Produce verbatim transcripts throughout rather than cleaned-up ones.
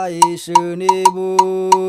Aishunibu.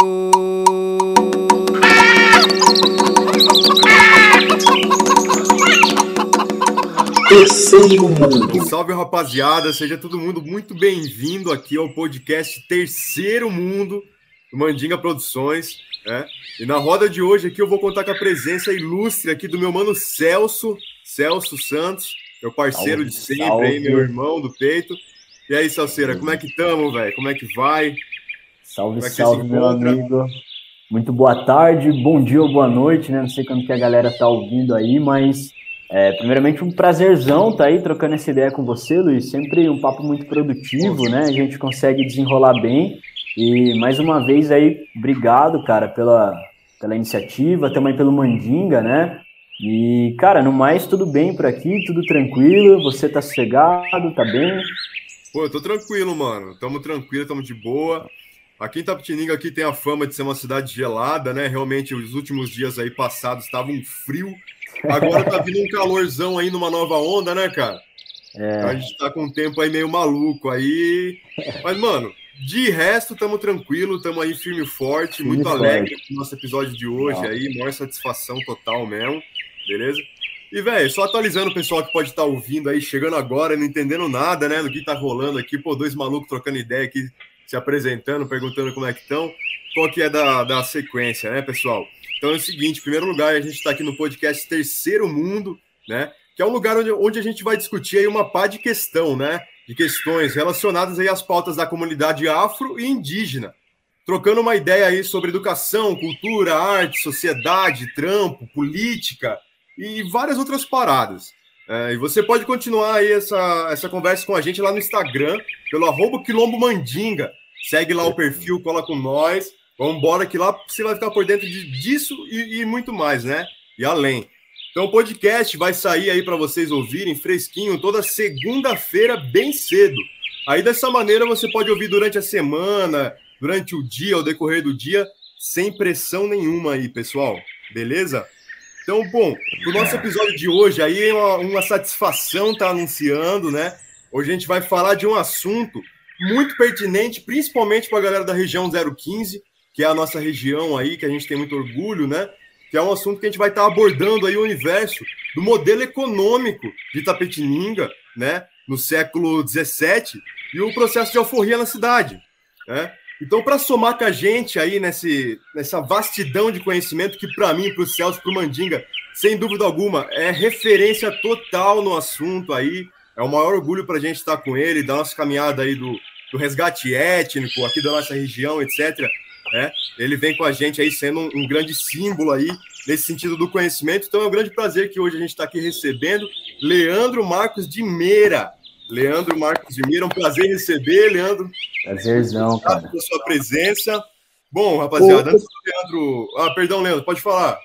Terceiro Mundo. Salve, rapaziada, seja todo mundo muito bem-vindo aqui ao podcast Terceiro Mundo do Mandinga Produções, né? E na roda de hoje aqui eu vou contar com a presença ilustre aqui do meu mano Celso, Celso Santos, meu parceiro salve, de sempre, salve. Aí, meu irmão do peito. E aí, Salseira, como é que tamo, velho? Como é que vai? Salve, é salve, meu amigo. Muito boa tarde, bom dia ou boa noite, né? Não sei quando que a galera tá ouvindo aí, mas é, primeiramente um prazerzão tá aí trocando essa ideia com você, Luiz. Sempre um papo muito produtivo, né? A gente consegue desenrolar bem. E mais uma vez aí, obrigado, cara, pela, pela iniciativa, também pelo Mandinga, né? E, cara, no mais, tudo bem por aqui, tudo tranquilo, você tá sossegado, tá bem? Pô, eu tô tranquilo, mano. Tamo tranquilo, tamo de boa. Aqui em Itapetininga aqui tem a fama de ser uma cidade gelada, né? Realmente, os últimos dias aí passados estavam um frio. Agora tá vindo um calorzão aí numa nova onda, né, cara? É. A gente tá com um tempo aí meio maluco aí. Mas, mano, de resto, tamo tranquilo, tamo aí firme e forte, firme muito forte. Alegre com o nosso episódio de hoje ah. aí. Maior satisfação total mesmo, beleza? E, velho, só atualizando o pessoal que pode estar tá ouvindo aí, chegando agora, não entendendo nada, né, do que tá rolando aqui. Pô, dois malucos trocando ideia aqui, se apresentando, perguntando como é que estão. Qual que é da, da sequência, né, pessoal? Então é o seguinte, em primeiro lugar, a gente está aqui no podcast Terceiro Mundo, né, que é um lugar onde, onde a gente vai discutir aí uma pá de questão, né, de questões relacionadas aí às pautas da comunidade afro e indígena. Trocando uma ideia aí sobre educação, cultura, arte, sociedade, trampo, política e várias outras paradas. É, e você pode continuar aí essa, essa conversa com a gente lá no Instagram, pelo arroba Quilombo Mandinga. Segue lá o perfil, cola com nós. Vamos embora que lá você vai ficar por dentro de, disso e, e muito mais, né? E além. Então o podcast vai sair aí para vocês ouvirem fresquinho toda segunda-feira bem cedo. Aí dessa maneira você pode ouvir durante a semana, durante o dia, ao decorrer do dia, sem pressão nenhuma aí, pessoal. Beleza? Então, bom, o nosso episódio de hoje aí é uma, uma satisfação estar tá anunciando, né? Hoje a gente vai falar de um assunto muito pertinente, principalmente para a galera da região zero quinze, que é a nossa região aí, que a gente tem muito orgulho, né? Que é um assunto que a gente vai estar tá abordando aí o universo do modelo econômico de Itapetininga, né? No século dezessete, e o processo de alforria na cidade, né? Então, para somar com a gente aí nesse, nessa vastidão de conhecimento que, para mim, para o Celso, para o Mandinga, sem dúvida alguma, é referência total no assunto aí. É o maior orgulho para a gente estar com ele, da nossa caminhada aí do, do resgate étnico aqui da nossa região, etcétera. Né? Ele vem com a gente aí sendo um, um grande símbolo aí nesse sentido do conhecimento. Então, é um grande prazer que hoje a gente está aqui recebendo Leandro Marcos de Meira. Leandro Marcos de Meira, é um prazer receber, Leandro. Prazerzão, cara. Obrigado pela sua presença. Bom, rapaziada, o... antes do Leandro... Ah, perdão, Leandro, pode falar.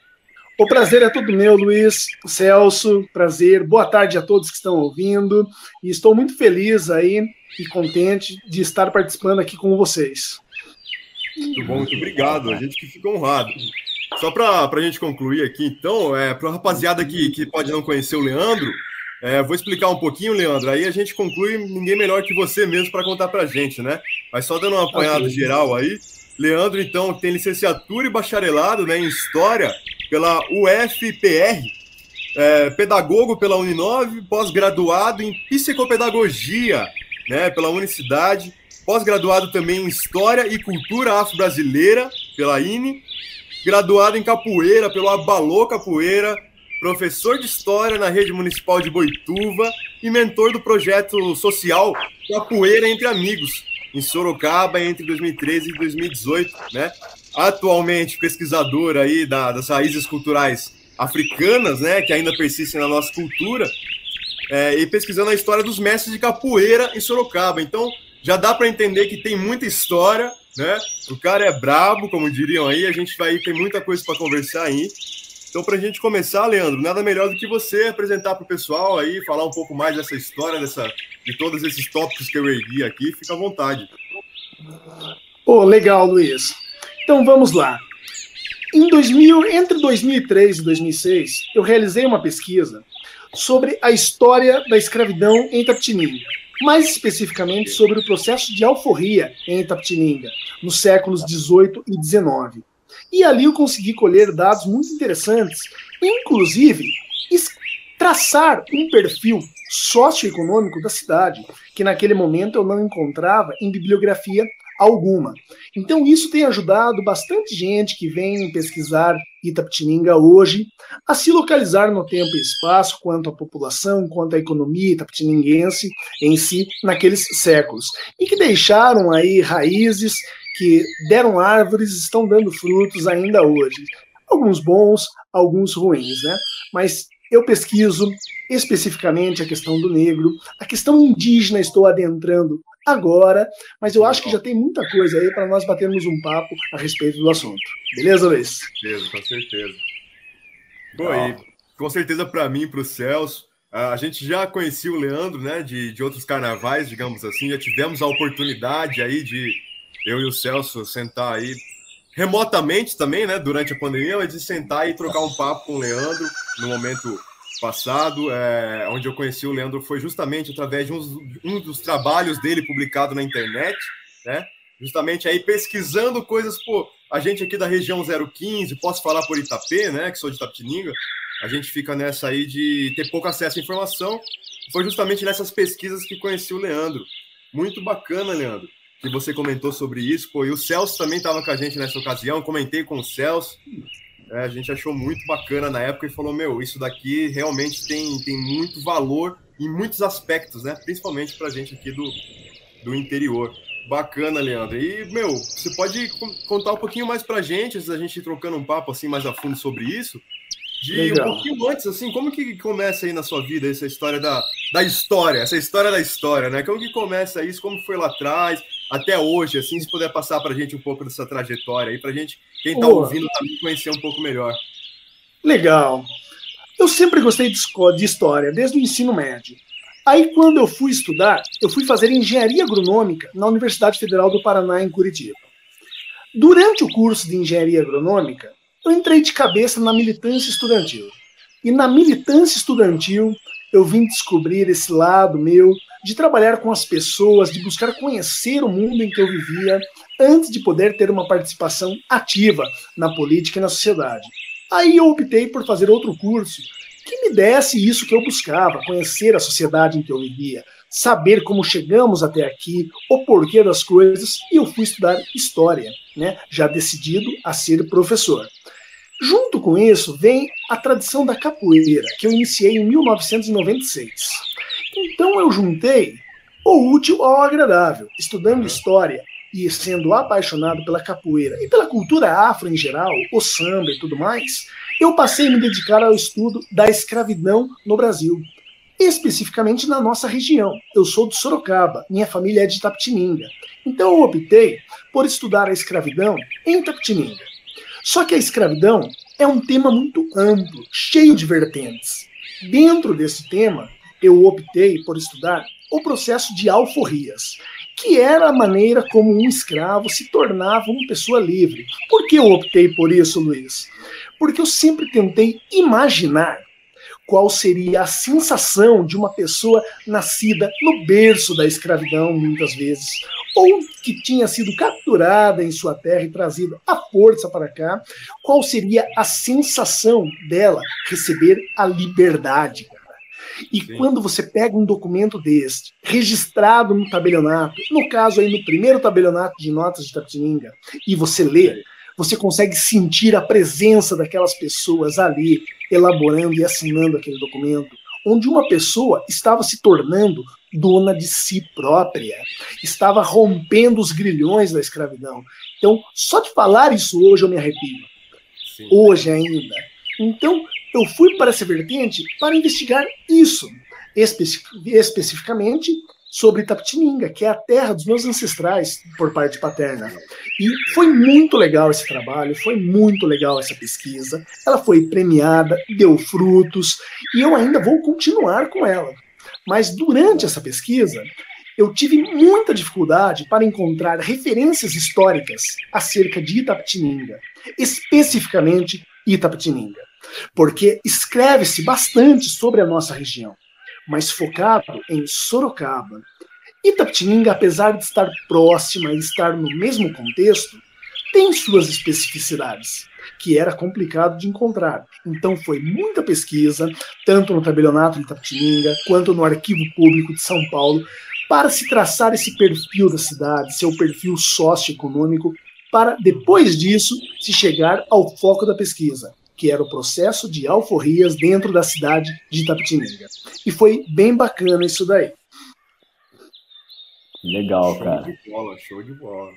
O prazer é todo meu, Luiz, Celso, prazer. Boa tarde a todos que estão ouvindo. E estou muito feliz aí e contente de estar participando aqui com vocês. Muito bom, muito obrigado. A gente que fica honrado. Só para a gente concluir aqui, então, é, para a rapaziada que, que pode não conhecer o Leandro... É, vou explicar um pouquinho, Leandro, aí a gente conclui, ninguém melhor que você mesmo para contar para a gente, né? Mas só dando uma apanhada okay. geral aí, Leandro, então, tem licenciatura e bacharelado, né, em História pela U F P R, é, pedagogo pela Uninove, pós-graduado em Psicopedagogia, né, pela Unicidade, pós-graduado também em História e Cultura Afro-Brasileira pela I N E, graduado em Capoeira pelo Abalô Capoeira, professor de História na Rede Municipal de Boituva e mentor do projeto social Capoeira Entre Amigos, em Sorocaba, entre dois mil e treze e dois mil e dezoito, né? Atualmente pesquisador aí da, das raízes culturais africanas, né, que ainda persistem na nossa cultura, é, e pesquisando a história dos mestres de capoeira em Sorocaba. Então, já dá para entender que tem muita história, né? O cara é brabo, como diriam aí, a gente vai ter muita coisa para conversar aí. Então, para a gente começar, Leandro, nada melhor do que você apresentar para o pessoal aí, falar um pouco mais dessa história, dessa, de todos esses tópicos que eu ergui aqui. Fica à vontade. Pô, legal, Luiz. Então, vamos lá. Em dois mil, entre dois mil e três e dois mil e seis, eu realizei uma pesquisa sobre a história da escravidão em Itapetininga. mais especificamente sobre o processo de alforria em Itapetininga, nos séculos dezoito e dezenove. E ali eu consegui colher dados muito interessantes, inclusive traçar um perfil socioeconômico da cidade, que naquele momento eu não encontrava em bibliografia alguma. Então isso tem ajudado bastante gente que vem pesquisar Itapetininga hoje a se localizar no tempo e espaço quanto à população, quanto à economia itapetininguense em si naqueles séculos. E que deixaram aí raízes que deram árvores e estão dando frutos ainda hoje. Alguns bons, alguns ruins, né? Mas eu pesquiso especificamente a questão do negro, a questão indígena estou adentrando agora, mas eu acho que já tem muita coisa aí para nós batermos um papo a respeito do assunto. Beleza, Luiz? Com certeza, com certeza. Bom, e com certeza para mim e para o Celso, a gente já conhecia o Leandro, né, de, de outros carnavais, digamos assim, já tivemos a oportunidade aí de eu e o Celso sentar aí remotamente também, né, durante a pandemia, mas de sentar e trocar um papo com o Leandro no momento passado, é, onde eu conheci o Leandro foi justamente através de um, um dos trabalhos dele publicado na internet, né, justamente aí pesquisando coisas, pô, a gente aqui da região zero quinze, posso falar por Itapê, né, que sou de Itapetininga, a gente fica nessa aí de ter pouco acesso à informação, foi justamente nessas pesquisas que conheci o Leandro. Muito bacana, Leandro, que você comentou sobre isso, pô, e o Celso também estava com a gente nessa ocasião, comentei com o Celso, é, a gente achou muito bacana na época e falou, meu, isso daqui realmente tem, tem muito valor em muitos aspectos, né, principalmente pra gente aqui do, do interior. Bacana, Leandro. E, meu, você pode contar um pouquinho mais pra gente, antes da gente ir trocando um papo assim mais a fundo sobre isso, de Legal. Um pouquinho antes, assim, como que começa aí na sua vida essa história da, da história, essa história da história, né? Como que começa isso, como foi lá atrás, até hoje, assim, se puder passar pra gente um pouco dessa trajetória aí, pra gente, quem tá Boa. ouvindo, também conhecer um pouco melhor. Legal. Eu sempre gostei de, de história, desde o ensino médio. Aí, quando eu fui estudar, eu fui fazer engenharia agronômica na Universidade Federal do Paraná, em Curitiba. Durante o curso de engenharia agronômica, eu entrei de cabeça na militância estudantil. E na militância estudantil, eu vim descobrir esse lado meu de trabalhar com as pessoas, de buscar conhecer o mundo em que eu vivia, antes de poder ter uma participação ativa na política e na sociedade. Aí eu optei por fazer outro curso, que me desse isso que eu buscava, conhecer a sociedade em que eu vivia, saber como chegamos até aqui, o porquê das coisas, e eu fui estudar História, né, já decidido a ser professor. Junto com isso, vem a tradição da capoeira, que eu iniciei em mil novecentos e noventa e seis. Então eu juntei o útil ao agradável, estudando História e sendo apaixonado pela capoeira e pela cultura afro em geral, o samba e tudo mais, eu passei a me dedicar ao estudo da escravidão no Brasil, especificamente na nossa região. Eu sou de Sorocaba, minha família é de Itapetininga. Então eu optei por estudar a escravidão em Itapetininga. Só que a escravidão é um tema muito amplo, cheio de vertentes. Dentro desse tema, eu optei por estudar o processo de alforrias, que era a maneira como um escravo se tornava uma pessoa livre. Por que eu optei por isso, Luiz? Porque eu sempre tentei imaginar qual seria a sensação de uma pessoa nascida no berço da escravidão, muitas vezes, ou que tinha sido capturada em sua terra e trazida à força para cá, qual seria a sensação dela receber a liberdade, cara. E Sim. quando você pega um documento deste, registrado no tabelionato, no caso aí no primeiro tabelionato de notas de Itapetininga, e você lê, você consegue sentir a presença daquelas pessoas ali, elaborando e assinando aquele documento, onde uma pessoa estava se tornando dona de si própria, estava rompendo os grilhões da escravidão. Então, só de falar isso hoje eu me arrepio. Sim. Hoje ainda. Então, eu fui para essa vertente para investigar isso, especi- especificamente sobre Itapetininga, que é a terra dos meus ancestrais por parte paterna. E foi muito legal esse trabalho, foi muito legal essa pesquisa. Ela foi premiada, deu frutos, e eu ainda vou continuar com ela. Mas durante essa pesquisa, eu tive muita dificuldade para encontrar referências históricas acerca de Itapetininga, especificamente Itapetininga, porque escreve-se bastante sobre a nossa região. mas focado em Sorocaba. Itapetininga, apesar de estar próxima e estar no mesmo contexto, tem suas especificidades, que era complicado de encontrar. Então foi muita pesquisa, tanto no tabelionato de Itapetininga, quanto no Arquivo Público de São Paulo, para se traçar esse perfil da cidade, seu perfil socioeconômico, para, depois disso, se chegar ao foco da pesquisa, que era o processo de alforrias dentro da cidade de Itapetininga. E foi bem bacana isso daí. Legal, show cara. Show de bola, show de bola.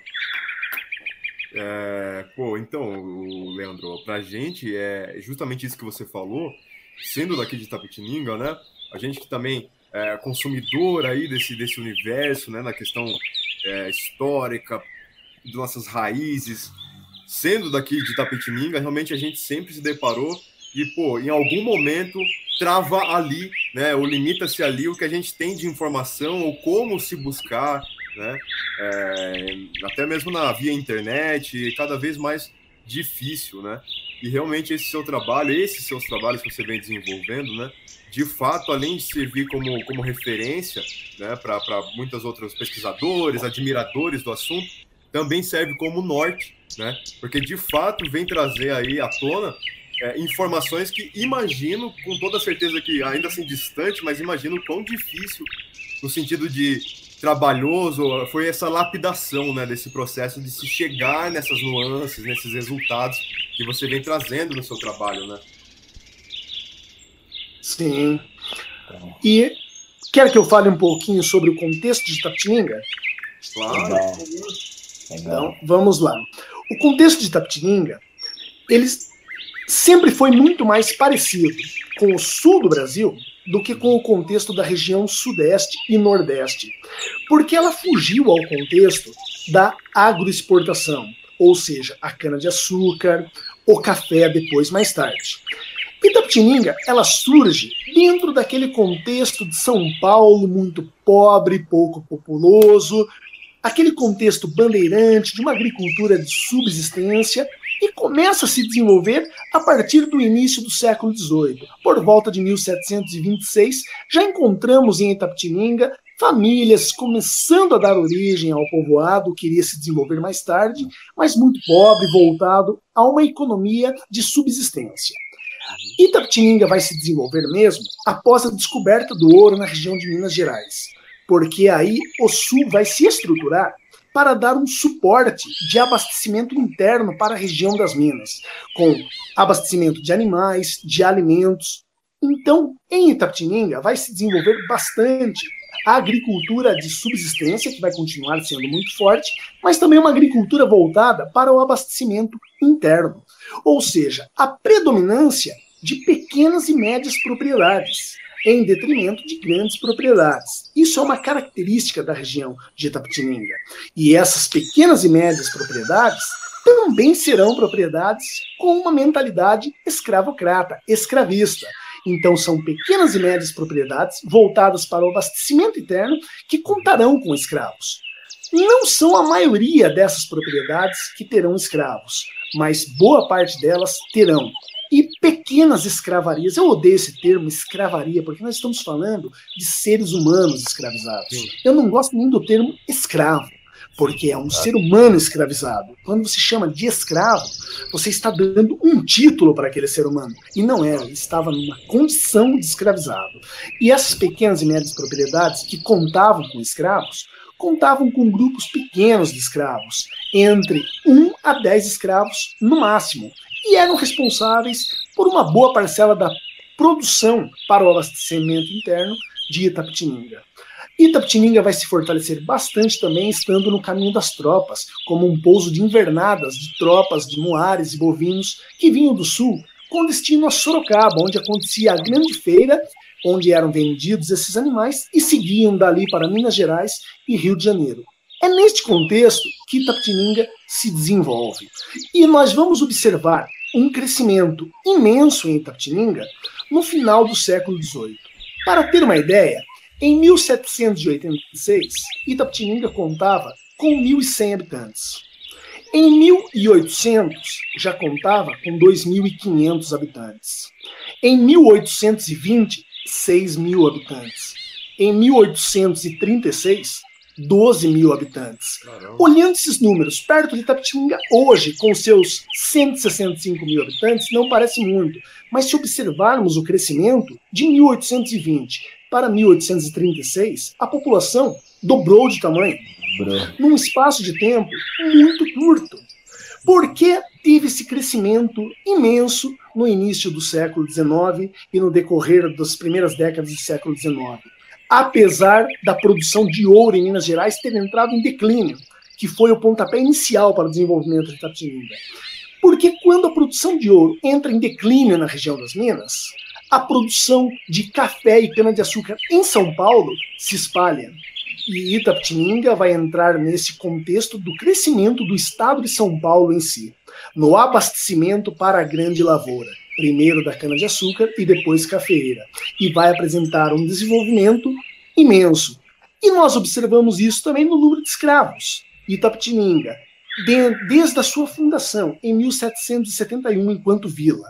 É, pô, então, Leandro, pra gente é justamente isso que você falou, sendo daqui de Itapetininga, né? A gente que também é consumidor aí desse, desse universo, né? Na questão é, histórica, de nossas raízes, sendo daqui de Itapetininga, realmente a gente sempre se deparou e, pô, em algum momento trava ali, né? Ou limita-se ali o que a gente tem de informação ou como se buscar, né? É, até mesmo na via internet, cada vez mais difícil, né? E realmente esse seu trabalho, esses seus trabalhos que você vem desenvolvendo, né? De fato, além de servir como, como referência, né? Para muitos outros pesquisadores, admiradores do assunto, também serve como norte, né? Porque de fato vem trazer aí à tona é, informações que imagino, com toda certeza que ainda assim distante, mas imagino quão difícil, no sentido de trabalhoso, foi essa lapidação, né, desse processo de se chegar nessas nuances, nesses resultados que você vem trazendo no seu trabalho, né? Sim. E quer que eu fale um pouquinho sobre o contexto de Itapetininga? Claro. Legal. Então, vamos lá. O contexto de Itapetininga, eles sempre foi muito mais parecido com o sul do Brasil do que com o contexto da região sudeste e nordeste, porque ela fugiu ao contexto da agroexportação, ou seja, a cana-de-açúcar, o café depois, mais tarde. Itapetininga, ela surge dentro daquele contexto de São Paulo muito pobre, pouco populoso, aquele contexto bandeirante de uma agricultura de subsistência, e começa a se desenvolver a partir do início do século dezoito. Por volta de mil setecentos e vinte e seis, já encontramos em Itapetininga famílias começando a dar origem ao povoado, que iria se desenvolver mais tarde, mas muito pobre, voltado a uma economia de subsistência. Itapetininga vai se desenvolver mesmo após a descoberta do ouro na região de Minas Gerais, porque aí o sul vai se estruturar para dar um suporte de abastecimento interno para a região das minas, com abastecimento de animais, de alimentos. Então, em Itapetininga, vai se desenvolver bastante a agricultura de subsistência, que vai continuar sendo muito forte, mas também uma agricultura voltada para o abastecimento interno. Ou seja, a predominância de pequenas e médias propriedades, em detrimento de grandes propriedades. Isso é uma característica da região de Itapetininga. E essas pequenas e médias propriedades também serão propriedades com uma mentalidade escravocrata, escravista. Então são pequenas e médias propriedades voltadas para o abastecimento interno que contarão com escravos. Não são a maioria dessas propriedades que terão escravos, mas boa parte delas terão. E pequenas escravarias, eu odeio esse termo escravaria, porque nós estamos falando de seres humanos escravizados. Sim. Eu não gosto nem do termo escravo, porque é um ser humano escravizado. Quando você chama de escravo, você está dando um título para aquele ser humano. E não era, ele estava numa condição de escravizado. E essas pequenas e médias propriedades que contavam com escravos, contavam com grupos pequenos de escravos, entre um a dez escravos no máximo, e eram responsáveis por uma boa parcela da produção para o abastecimento interno de Itapetininga. Itapetininga vai se fortalecer bastante também estando no caminho das tropas, como um pouso de invernadas de tropas de muares e bovinos que vinham do sul com destino a Sorocaba, onde acontecia a grande feira, onde eram vendidos esses animais e seguiam dali para Minas Gerais e Rio de Janeiro. É neste contexto que Itapetininga se desenvolve. E nós vamos observar um crescimento imenso em Itapetininga no final do século dezoito. Para ter uma ideia, em mil setecentos e oitenta e seis, Itapetininga contava com mil e cem habitantes. Em mil e oitocentos, já contava com dois mil e quinhentos habitantes. Em mil oitocentos e vinte, seis mil habitantes. Em mil oitocentos e trinta e seis, doze mil habitantes. Caramba. Olhando esses números perto de Itapetininga hoje, com seus cento e sessenta e cinco mil habitantes, não parece muito. Mas se observarmos o crescimento de mil oitocentos e vinte para mil oitocentos e trinta e seis, a população dobrou de tamanho. Bro. Num espaço de tempo muito curto. Por que teve esse crescimento imenso no início do século dezenove e no decorrer das primeiras décadas do século dezenove? Apesar da produção de ouro em Minas Gerais ter entrado em declínio, que foi o pontapé inicial para o desenvolvimento de Itapetininga. Porque quando a produção de ouro entra em declínio na região das Minas, a produção de café e cana-de-açúcar em São Paulo se espalha. E Itapetininga vai entrar nesse contexto do crescimento do estado de São Paulo em si, no abastecimento para a grande lavoura, primeiro da cana-de-açúcar e depois cafeeira, e vai apresentar um desenvolvimento imenso. E nós observamos isso também no número de escravos. Itapetininga, de, desde a sua fundação, em mil setecentos e setenta e um, enquanto vila,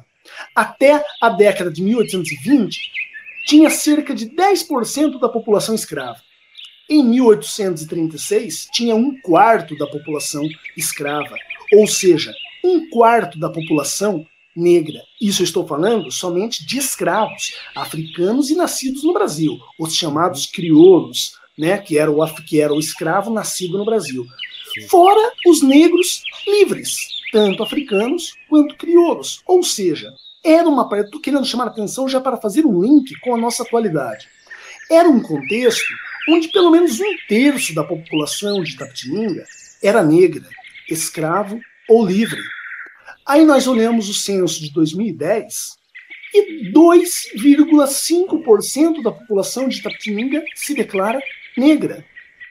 até a década de mil oitocentos e vinte, tinha cerca de dez por cento da população escrava. Em mil oitocentos e trinta e seis, tinha um quarto da população escrava, ou seja, um quarto da população negra. Isso eu estou falando somente de escravos africanos e nascidos no Brasil, os chamados crioulos, né, que era o, que era o escravo nascido no Brasil. Fora os negros livres, tanto africanos quanto crioulos. Ou seja, era uma... Estou querendo chamar a atenção já para fazer um link com a nossa atualidade. Era um contexto onde pelo menos um terço da população de Itapetininga era negra, escravo ou livre. Aí nós olhamos o censo de dois mil e dez e dois vírgula cinco por cento da população de Itapetininga se declara negra.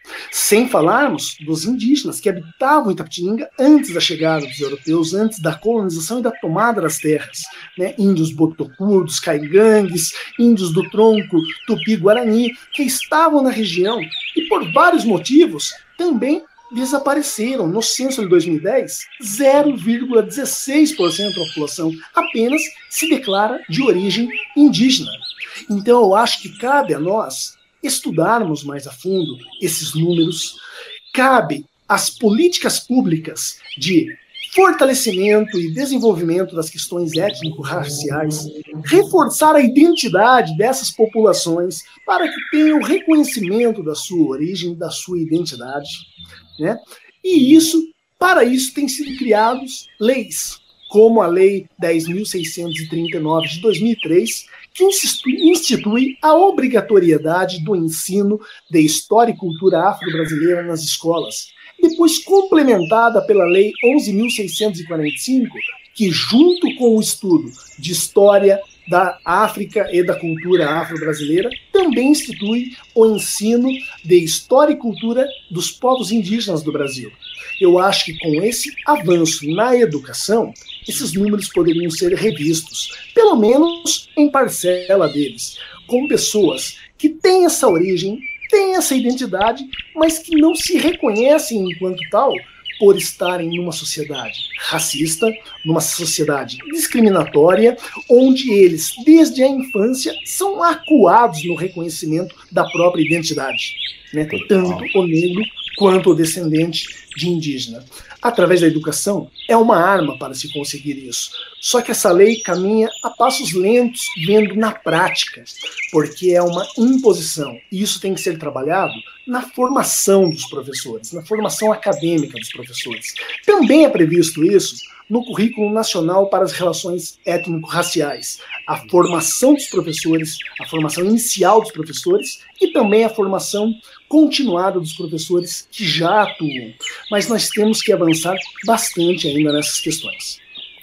Sem falarmos dos indígenas que habitavam Itapetininga antes da chegada dos europeus, antes da colonização e da tomada das terras. Né? Índios botocudos, caigangues, índios do tronco tupi-guarani, que estavam na região e por vários motivos também desapareceram. No censo de dois mil e dez, zero vírgula dezesseis por cento da população apenas se declara de origem indígena. Então eu acho que cabe a nós estudarmos mais a fundo esses números, cabe às políticas públicas de fortalecimento e desenvolvimento das questões étnico-raciais, reforçar a identidade dessas populações para que tenham reconhecimento da sua origem, da sua identidade, né? E isso, para isso, têm sido criadas leis, como a Lei dez mil seiscentos e trinta e nove de dois mil e três, que institui a obrigatoriedade do ensino de história e cultura afro-brasileira nas escolas, depois complementada pela Lei onze mil seiscentos e quarenta e cinco, que, junto com o estudo de história da África e da cultura afro-brasileira, também institui o ensino de história e cultura dos povos indígenas do Brasil. Eu acho que com esse avanço na educação, esses números poderiam ser revistos, pelo menos em parcela deles, com pessoas que têm essa origem, têm essa identidade, mas que não se reconhecem enquanto tal por estarem numa sociedade racista, numa sociedade discriminatória, onde eles, desde a infância, são acuados no reconhecimento da própria identidade, né? Tanto o negro quanto o descendente de indígena. Através da educação, é uma arma para se conseguir isso. Só que essa lei caminha a passos lentos, vendo na prática, porque é uma imposição. E isso tem que ser trabalhado na formação dos professores, na formação acadêmica dos professores. Também é previsto isso no Currículo Nacional para as Relações Étnico-Raciais. A formação dos professores, a formação inicial dos professores e também a formação continuada dos professores que já atuam. Mas nós temos que avançar bastante ainda nessas questões.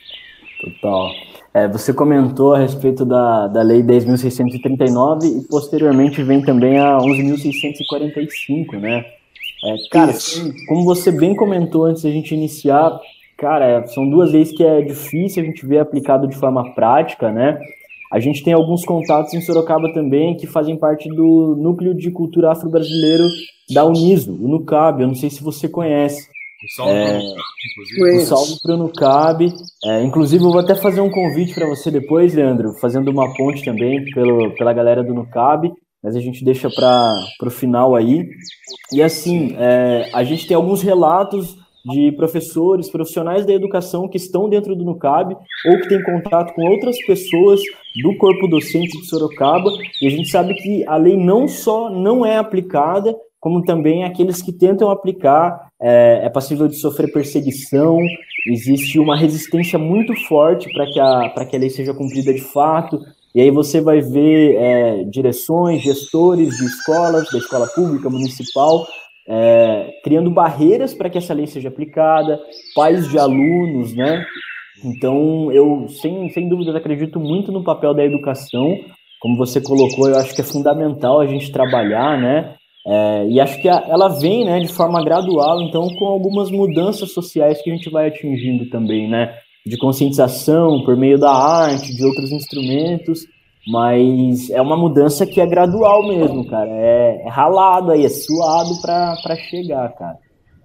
Total. É, você comentou a respeito da, da Lei dez mil seiscentos e trinta e nove e posteriormente vem também a onze mil seiscentos e quarenta e cinco, né? É, cara, assim, como você bem comentou antes da gente iniciar, cara, são duas leis que é difícil a gente ver aplicado de forma prática, né? A gente tem alguns contatos em Sorocaba também que fazem parte do Núcleo de Cultura Afro-Brasileiro da Uniso, o NUCAB, eu não sei se você conhece. Um salve É, para o Nucab, inclusive. Um salve para o Nucab. É, inclusive, eu vou até fazer um convite para você depois, Leandro, fazendo uma ponte também pelo, pela galera do Nucab, mas a gente deixa para o final aí. E assim, é, a gente tem alguns relatos de professores, profissionais da educação que estão dentro do Nucab ou que têm contato com outras pessoas do corpo docente de Sorocaba, e a gente sabe que a lei não só não é aplicada, como também aqueles que tentam aplicar é, é passível de sofrer perseguição, existe uma resistência muito forte para que, a, para que a lei seja cumprida de fato, e aí você vai ver é, direções, gestores de escolas, da escola pública, municipal, é, criando barreiras para que essa lei seja aplicada, pais de alunos, né? Então, eu, sem, sem dúvidas, acredito muito no papel da educação, como você colocou, eu acho que é fundamental a gente trabalhar, né? É, e acho que a, ela vem, né, de forma gradual, então, com algumas mudanças sociais que a gente vai atingindo também, né? De conscientização por meio da arte, de outros instrumentos, mas é uma mudança que é gradual mesmo, cara. É, é ralado aí, é suado para chegar, cara.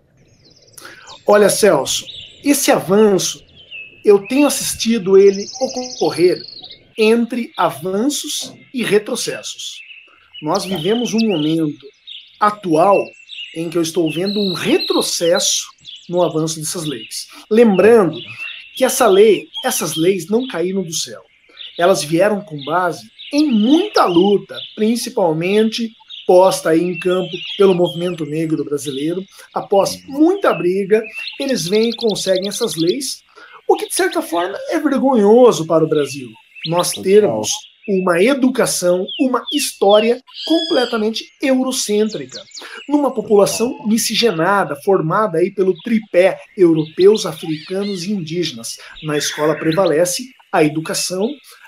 Olha, Celso, esse avanço, eu tenho assistido ele ocorrer entre avanços e retrocessos. Nós vivemos um momento atual em que eu estou vendo um retrocesso no avanço dessas leis. Lembrando que essa lei, essas leis não caíram do céu. Elas vieram com base em muita luta, principalmente posta aí em campo pelo movimento negro brasileiro. Após muita briga, eles vêm e conseguem essas leis, o que de certa forma é vergonhoso para o Brasil. Nós termos uma educação, uma história completamente eurocêntrica, numa população miscigenada, formada aí pelo tripé europeus, africanos e indígenas. Na escola prevalece a educação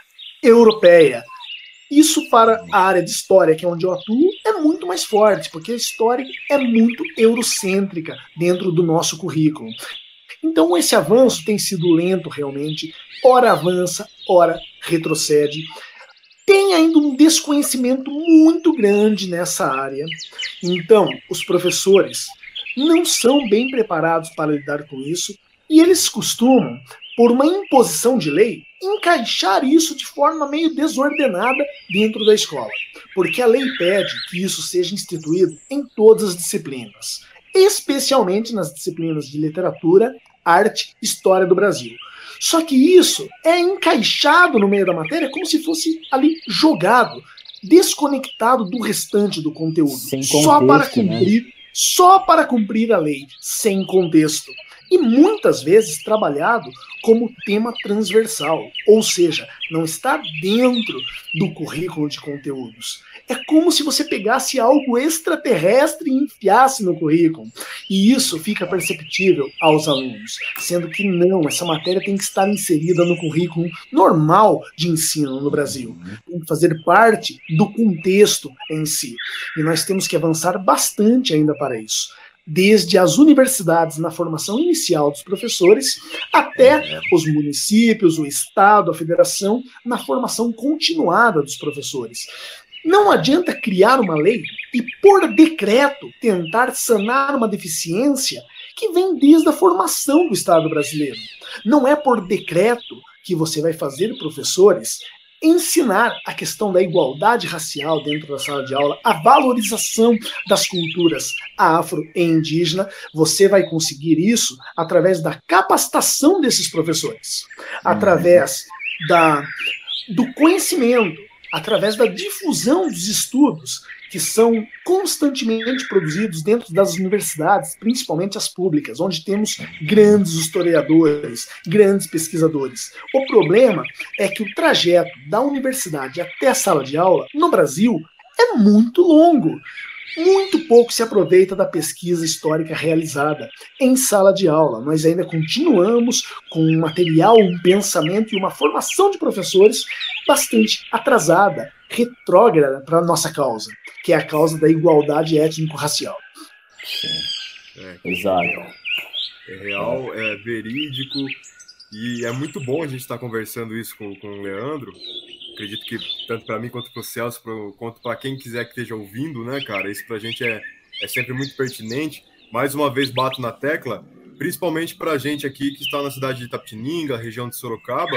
europeia. Isso para a área de história, que é onde eu atuo, é muito mais forte, porque a história é muito eurocêntrica dentro do nosso currículo. Então esse avanço tem sido lento realmente, ora avança, ora retrocede. Tem ainda um desconhecimento muito grande nessa área. Então, os professores não são bem preparados para lidar com isso e eles costumam, por uma imposição de lei, encaixar isso de forma meio desordenada dentro da escola. Porque a lei pede que isso seja instituído em todas as disciplinas, especialmente nas disciplinas de literatura, arte e história do Brasil. Só que isso é encaixado no meio da matéria como se fosse ali jogado, desconectado do restante do conteúdo, sem contexto, só para cumprir, né? só para cumprir a lei, sem contexto. E muitas vezes trabalhado como tema transversal, ou seja, não está dentro do currículo de conteúdos. É como se você pegasse algo extraterrestre e enfiasse no currículo. E isso fica perceptível aos alunos, sendo que não, essa matéria tem que estar inserida no currículo normal de ensino no Brasil. Tem que fazer parte do contexto em si. E nós temos que avançar bastante ainda para isso. Desde as universidades na formação inicial dos professores, até os municípios, o Estado, a federação, na formação continuada dos professores. Não adianta criar uma lei e, por decreto, tentar sanar uma deficiência que vem desde a formação do Estado brasileiro. Não é por decreto que você vai fazer professores ensinar a questão da igualdade racial dentro da sala de aula, a valorização das culturas afro e indígena. Você vai conseguir isso através da capacitação desses professores, através da, do conhecimento, através da difusão dos estudos que são constantemente produzidos dentro das universidades, principalmente as públicas, onde temos grandes historiadores, grandes pesquisadores. O problema é que o trajeto da universidade até a sala de aula, no Brasil, é muito longo. Muito pouco se aproveita da pesquisa histórica realizada em sala de aula. Nós ainda continuamos com um material, um pensamento e uma formação de professores bastante atrasada, retrógrada para a nossa causa, que é a causa da igualdade étnico-racial. É, Exato. É real, é verídico, e é muito bom a gente estar conversando isso com, com o Leandro. Acredito que tanto para mim quanto para o Celso, pro, quanto para quem quiser que esteja ouvindo, né, cara, isso para a gente é, é sempre muito pertinente, mais uma vez bato na tecla, principalmente para a gente aqui que está na cidade de Itapetininga, região de Sorocaba,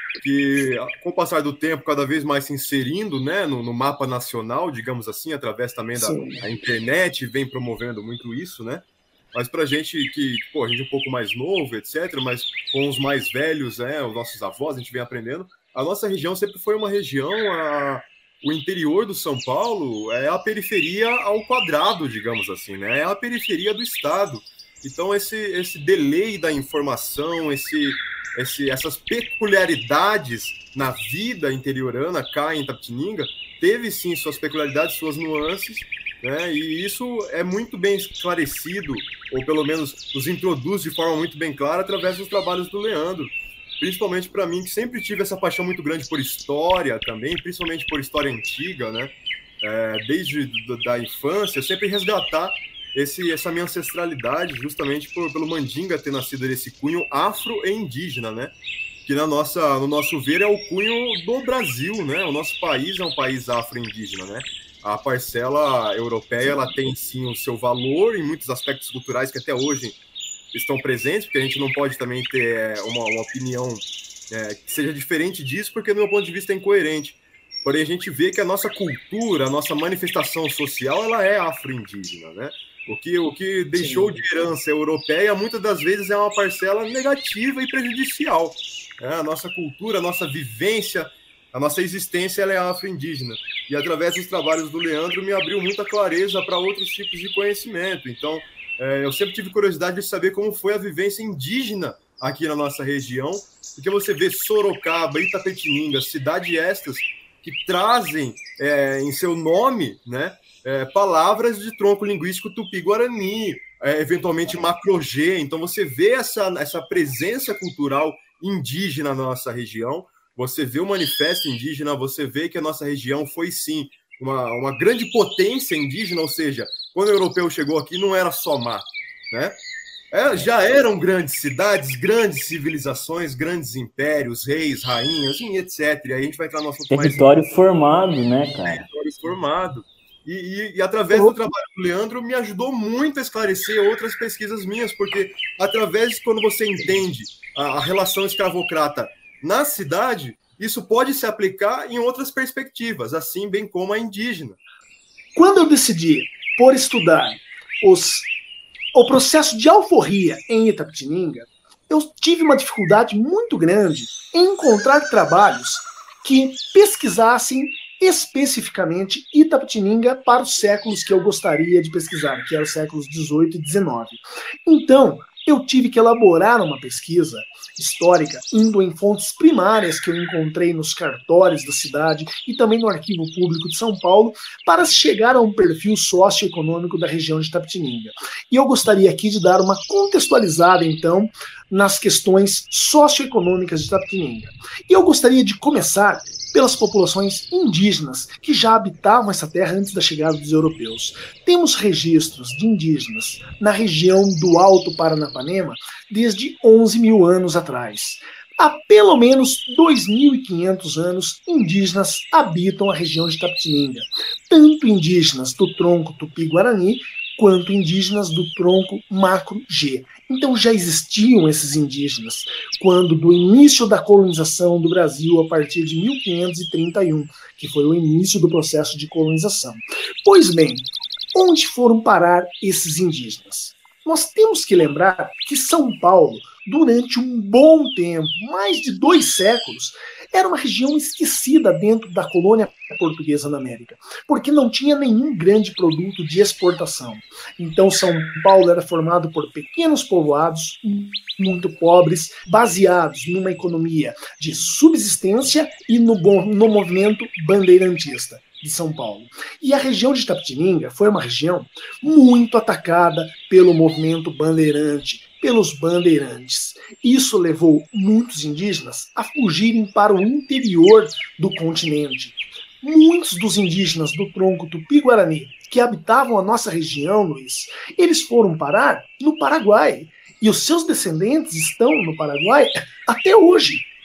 que com o passar do tempo cada vez mais se inserindo, né, no, no mapa nacional, digamos assim, através também da a internet, vem promovendo muito isso, né? Mas para a gente que, pô, a gente é um pouco mais novo, etcétera, mas com os mais velhos, né, os nossos avós, a gente vem aprendendo, a nossa região sempre foi uma região, a, o interior do São Paulo é a periferia ao quadrado, digamos assim, né? É a periferia do estado. Então esse, esse delay da informação, esse, esse, essas peculiaridades na vida interiorana cá em Itapetininga, teve sim suas peculiaridades, suas nuances, né? E isso é muito bem esclarecido, ou pelo menos nos introduz de forma muito bem clara através dos trabalhos do Leandro. Principalmente para mim, que sempre tive essa paixão muito grande por história também, principalmente por história antiga, né? É, desde da infância, sempre resgatar esse, essa minha ancestralidade, justamente por, pelo Mandinga ter nascido nesse cunho afro e indígena, né? Que na nossa, no nosso ver é o cunho do Brasil, né? O nosso país é um país afro-indígena, né? A parcela europeia, ela tem sim o seu valor em muitos aspectos culturais que até hoje estão presentes, porque a gente não pode também ter uma, uma opinião é, que seja diferente disso, porque do meu ponto de vista é incoerente. Porém, a gente vê que a nossa cultura, a nossa manifestação social, ela é afro-indígena, né? O que, o que deixou Sim. de herança europeia, muitas das vezes, é uma parcela negativa e prejudicial. É, a nossa cultura, a nossa vivência, a nossa existência, ela é afro-indígena. E através dos trabalhos do Leandro, me abriu muita clareza para outros tipos de conhecimento. Então, é, eu sempre tive curiosidade de saber como foi a vivência indígena aqui na nossa região, porque você vê Sorocaba, Itapetininga, cidades estas que trazem é, em seu nome, né, é, palavras de tronco linguístico tupi-guarani, é, eventualmente macro-G. Então você vê essa, essa presença cultural indígena na nossa região, você vê o manifesto indígena, você vê que a nossa região foi sim uma, uma grande potência indígena, ou seja, quando o europeu chegou aqui não era só mato, né? É, já eram grandes cidades, grandes civilizações, grandes impérios, reis, rainhas, e etcétera. E aí a gente vai entrar no assunto território mais... formado, né, cara? Território formado. E, e, e através do trabalho do Leandro, me ajudou muito a esclarecer outras pesquisas minhas, porque através de quando você entende a, a relação escravocrata na cidade, isso pode se aplicar em outras perspectivas, assim bem como a indígena. Quando eu decidi por estudar os, o processo de alforria em Itapetininga, eu tive uma dificuldade muito grande em encontrar trabalhos que pesquisassem especificamente Itapetininga para os séculos que eu gostaria de pesquisar, que eram os séculos dezoito e dezenove. Então, eu tive que elaborar uma pesquisa histórica, indo em fontes primárias que eu encontrei nos cartórios da cidade e também no Arquivo Público de São Paulo, para chegar a um perfil socioeconômico da região de Itapetininga. E eu gostaria aqui de dar uma contextualizada, então, nas questões socioeconômicas de Itapetininga. E eu gostaria de começar pelas populações indígenas que já habitavam essa terra antes da chegada dos europeus. Temos registros de indígenas na região do Alto Paranapanema desde onze mil anos atrás. Há pelo menos dois mil e quinhentos anos, indígenas habitam a região de Itapetininga, tanto indígenas do tronco Tupi-Guarani, quanto indígenas do tronco macro-G. Então já existiam esses indígenas quando do início da colonização do Brasil a partir de mil quinhentos e trinta e um, que foi o início do processo de colonização. Pois bem, onde foram parar esses indígenas? Nós temos que lembrar que São Paulo, durante um bom tempo, mais de dois séculos, era uma região esquecida dentro da colônia portuguesa na América, porque não tinha nenhum grande produto de exportação. Então São Paulo era formado por pequenos povoados muito pobres, baseados numa economia de subsistência e no, no movimento bandeirantista de São Paulo. E a região de Itapetininga foi uma região muito atacada pelo movimento bandeirante, pelos bandeirantes. Isso levou muitos indígenas a fugirem para o interior do continente. Muitos dos indígenas do tronco Tupi-Guarani que habitavam a nossa região, Luiz, eles foram parar no Paraguai. E os seus descendentes estão no Paraguai até hoje.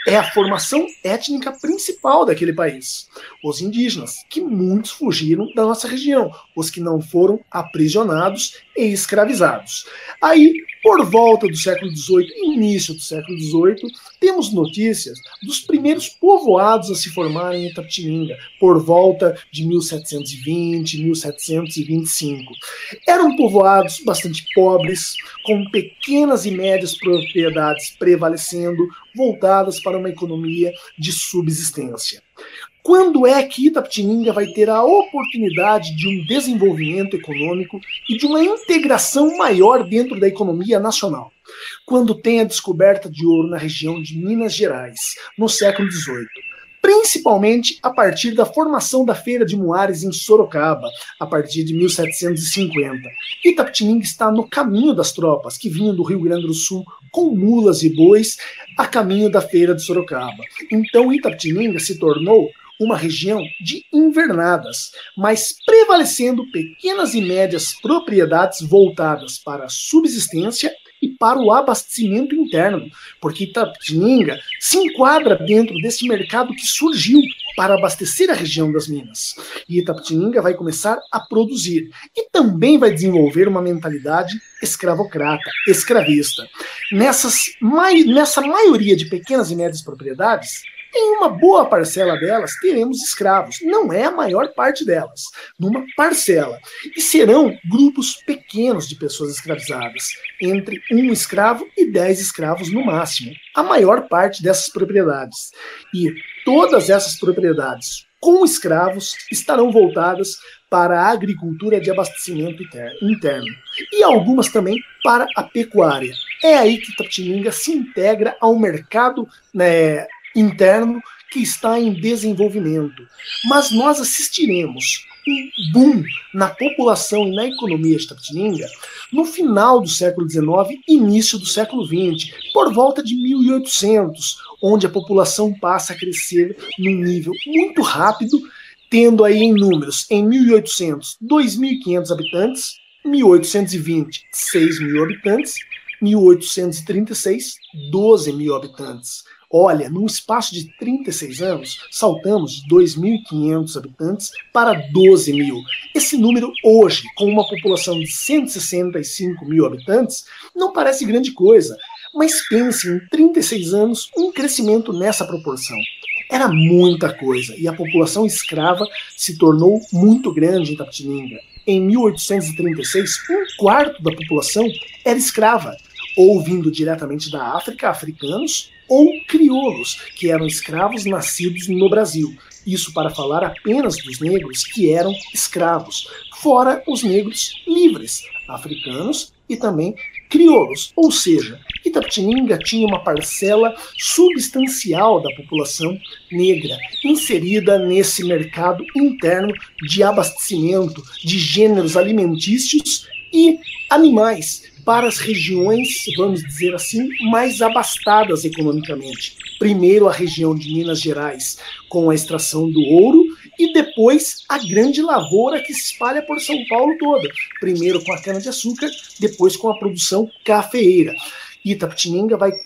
é a formação étnica principal daquele país. Os indígenas, que muitos fugiram da nossa região, os que não foram aprisionados e escravizados. Aí, por volta do século dezoito, início do século dezoito, temos notícias dos primeiros povoados a se formarem em Itapetininga, por volta de mil setecentos e vinte, mil setecentos e vinte e cinco. Eram povoados bastante pobres, com pequenas e médias propriedades prevalecendo, voltadas para uma economia de subsistência. Quando é que Itapetininga vai ter a oportunidade de um desenvolvimento econômico e de uma integração maior dentro da economia nacional? Quando tem a descoberta de ouro na região de Minas Gerais, no século dezoito. Principalmente a partir da formação da Feira de Muares em Sorocaba, a partir de mil setecentos e cinquenta. Itapetininga está no caminho das tropas que vinham do Rio Grande do Sul com mulas e bois a caminho da Feira de Sorocaba. Então Itapetininga se tornou uma região de invernadas, mas prevalecendo pequenas e médias propriedades voltadas para a subsistência e para o abastecimento interno, porque Itapetininga se enquadra dentro desse mercado que surgiu para abastecer a região das minas. E Itapetininga vai começar a produzir e também vai desenvolver uma mentalidade escravocrata, escravista. Nessas, nessa maioria de pequenas e médias propriedades, em uma boa parcela delas teremos escravos, não é a maior parte delas, numa parcela. E serão grupos pequenos de pessoas escravizadas, entre um escravo e dez escravos no máximo, a maior parte dessas propriedades. E todas essas propriedades com escravos estarão voltadas para a agricultura de abastecimento interno e algumas também para a pecuária. É aí que Itapetininga se integra ao mercado, né, interno que está em desenvolvimento. Mas nós assistiremos um boom na população e na economia de Itapetininga no final do século dezenove, início do século vinte, por volta de mil e oitocentos, onde a população passa a crescer num nível muito rápido, tendo aí em números, em mil e oitocentos, dois mil e quinhentos habitantes, mil oitocentos e vinte, seis mil habitantes, mil oitocentos e trinta e seis, doze mil habitantes. Olha, num espaço de trinta e seis anos, saltamos de dois mil e quinhentos habitantes para doze mil. Esse número hoje, com uma população de cento e sessenta e cinco mil habitantes, não parece grande coisa, mas pense em trinta e seis anos, um crescimento nessa proporção. Era muita coisa, e a população escrava se tornou muito grande em Itapetininga. Em mil oitocentos e trinta e seis, um quarto da população era escrava, ou vindo diretamente da África, africanos, ou crioulos, que eram escravos nascidos no Brasil. Isso para falar apenas dos negros que eram escravos, fora os negros livres, africanos e também crioulos. Ou seja, Itapetininga tinha uma parcela substancial da população negra inserida nesse mercado interno de abastecimento de gêneros alimentícios e animais, para as regiões, vamos dizer assim, mais abastadas economicamente. Primeiro a região de Minas Gerais, com a extração do ouro, e depois a grande lavoura que se espalha por São Paulo toda. Primeiro com a cana-de-açúcar, depois com a produção cafeeira. Itapetininga vai,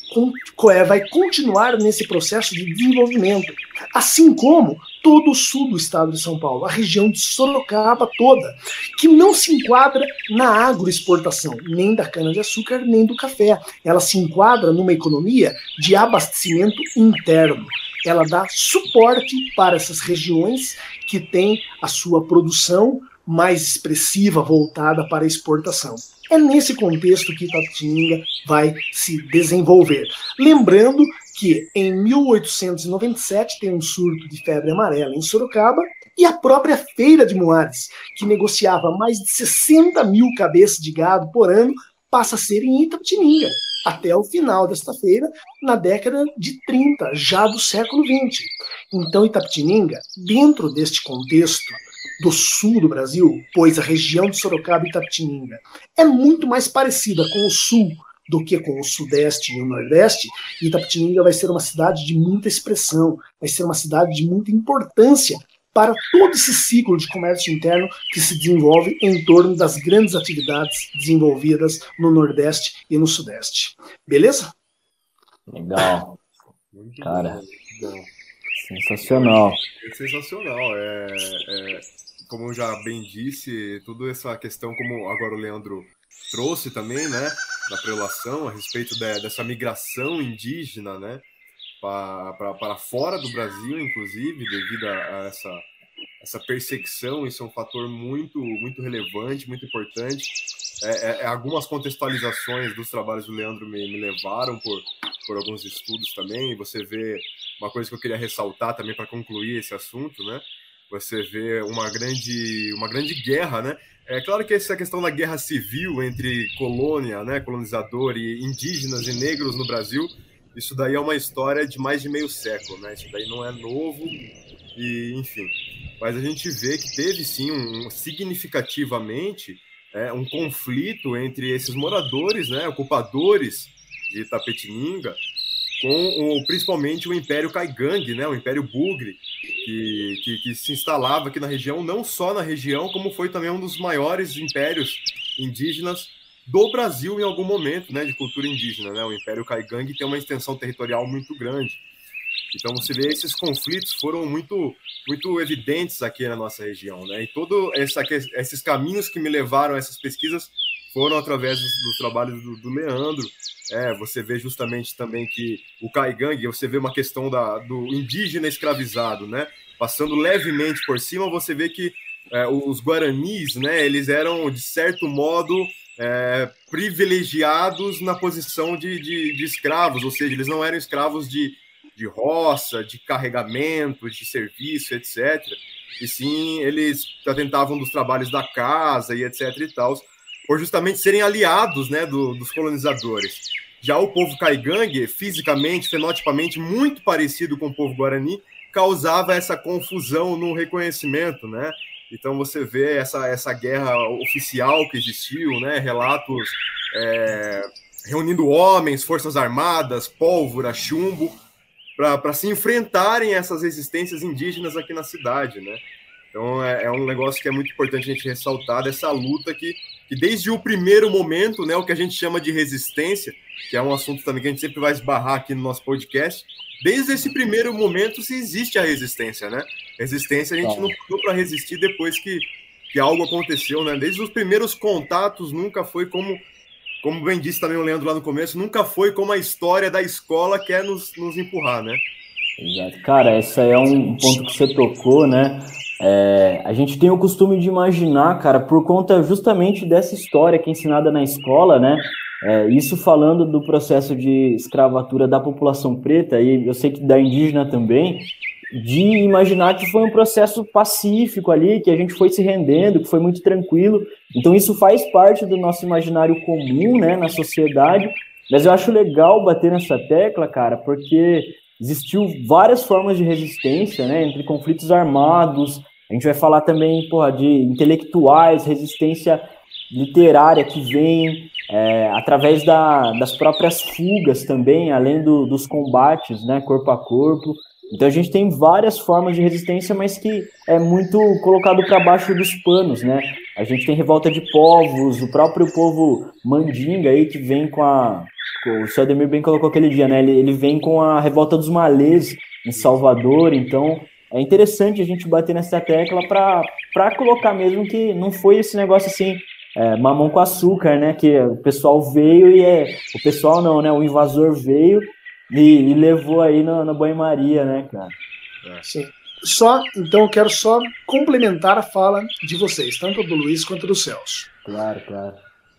vai continuar nesse processo de desenvolvimento, assim como todo o sul do estado de São Paulo, a região de Sorocaba toda, que não se enquadra na agroexportação, nem da cana-de-açúcar, nem do café. Ela se enquadra numa economia de abastecimento interno. Ela dá suporte para essas regiões que têm a sua produção mais expressiva, voltada para a exportação. É nesse contexto que Itapetininga vai se desenvolver. Lembrando que em mil oitocentos e noventa e sete tem um surto de febre amarela em Sorocaba e a própria Feira de Muares, que negociava mais de sessenta mil cabeças de gado por ano, passa a ser em Itapetininga, até o final desta feira, na década de trinta, já do século vinte. Então Itapetininga, dentro deste contexto do sul do Brasil, pois a região de Sorocaba e Itapetininga é muito mais parecida com o sul do que com o sudeste e o nordeste, e Itapetininga vai ser uma cidade de muita expressão, vai ser uma cidade de muita importância para todo esse ciclo de comércio interno que se desenvolve em torno das grandes atividades desenvolvidas no nordeste e no sudeste. Beleza? Legal. Muito Cara, bom, muito bom. Sensacional. É sensacional. É, é, como eu já bem disse, toda essa questão, como agora o Leandro trouxe também, né, na prelação, a respeito de, dessa migração indígena, né, para, para, para fora do Brasil, inclusive, devido a, a essa, essa perseguição. Isso é um fator muito, muito relevante, muito importante. É, é, algumas contextualizações dos trabalhos do Leandro me, me levaram por, por alguns estudos também. Você vê uma coisa que eu queria ressaltar também para concluir esse assunto, né? Você vê uma grande, uma grande guerra, né? É claro que essa questão da guerra civil entre colônia, né, colonizador e indígenas e negros no Brasil, isso daí é uma história de mais de meio século, né? Isso daí não é novo e, enfim. Mas a gente vê que teve sim um, um significativamente é, um conflito entre esses moradores, né, ocupadores de Itapetininga, com o, principalmente o Império Caigangue, né, o Império Bugre, que, que, que se instalava aqui na região, não só na região, como foi também um dos maiores impérios indígenas do Brasil em algum momento, né, de cultura indígena, né? O Império Caigangue tem uma extensão territorial muito grande. Então você vê, esses conflitos foram muito, muito evidentes aqui na nossa região, né? E todos esses caminhos que me levaram a essas pesquisas foram através dos, dos trabalhos do, do Leandro. É, você vê justamente também que o Caigangue, você vê uma questão da, do indígena escravizado, né? Passando levemente por cima, você vê que é, os guaranis, né, eles eram, de certo modo, é, privilegiados na posição de, de, de escravos, ou seja, eles não eram escravos de, de roça, de carregamento, de serviço, etcétera. E sim, eles atentavam dos trabalhos da casa e etc e tal, por justamente serem aliados, né, do, dos colonizadores. Já o povo Caigangue, fisicamente, fenotipamente, muito parecido com o povo Guarani, causava essa confusão no reconhecimento, né? Então você vê essa, essa guerra oficial que existiu, né? Relatos é, reunindo homens, forças armadas, pólvora, chumbo, para se enfrentarem essas resistências indígenas aqui na cidade, né? Então é, é um negócio que é muito importante a gente ressaltar, dessa luta que, que desde o primeiro momento, né, o que a gente chama de resistência, que é um assunto também que a gente sempre vai esbarrar aqui no nosso podcast, desde esse primeiro momento se existe a resistência, né? Resistência a gente não parou para resistir depois que, que algo aconteceu, né? Desde os primeiros contatos nunca foi como, como bem disse também o Leandro lá no começo, nunca foi como a história da escola quer nos, nos empurrar, né? Exato. Cara, esse aí é um ponto que você tocou, né? É, a gente tem o costume de imaginar, cara, por conta justamente dessa história que é ensinada na escola, né? É, isso falando do processo de escravatura da população preta, e eu sei que da indígena também, de imaginar que foi um processo pacífico ali, que a gente foi se rendendo, que foi muito tranquilo. Então isso faz parte do nosso imaginário comum, né, na sociedade. Mas eu acho legal bater nessa tecla, cara, porque existiu várias formas de resistência, né, entre conflitos armados. A gente vai falar também, porra, de intelectuais, resistência literária que vem é, através da, das próprias fugas também, além do, dos combates, né, corpo a corpo. Então a gente tem várias formas de resistência, mas que é muito colocado para baixo dos panos, né? A gente tem revolta de povos, o próprio povo mandinga aí que vem com a... O seu Ademir bem colocou aquele dia, né? Ele, ele vem com a revolta dos malês em Salvador, então é interessante a gente bater nessa tecla para colocar mesmo que não foi esse negócio assim, é, mamão com açúcar, né? Que o pessoal veio e é... O pessoal não, né? O invasor veio e, e levou aí na, na banho-maria, né, cara? Sim. Só, então eu quero só complementar a fala de vocês, tanto do Luiz quanto do Celso. Claro, claro.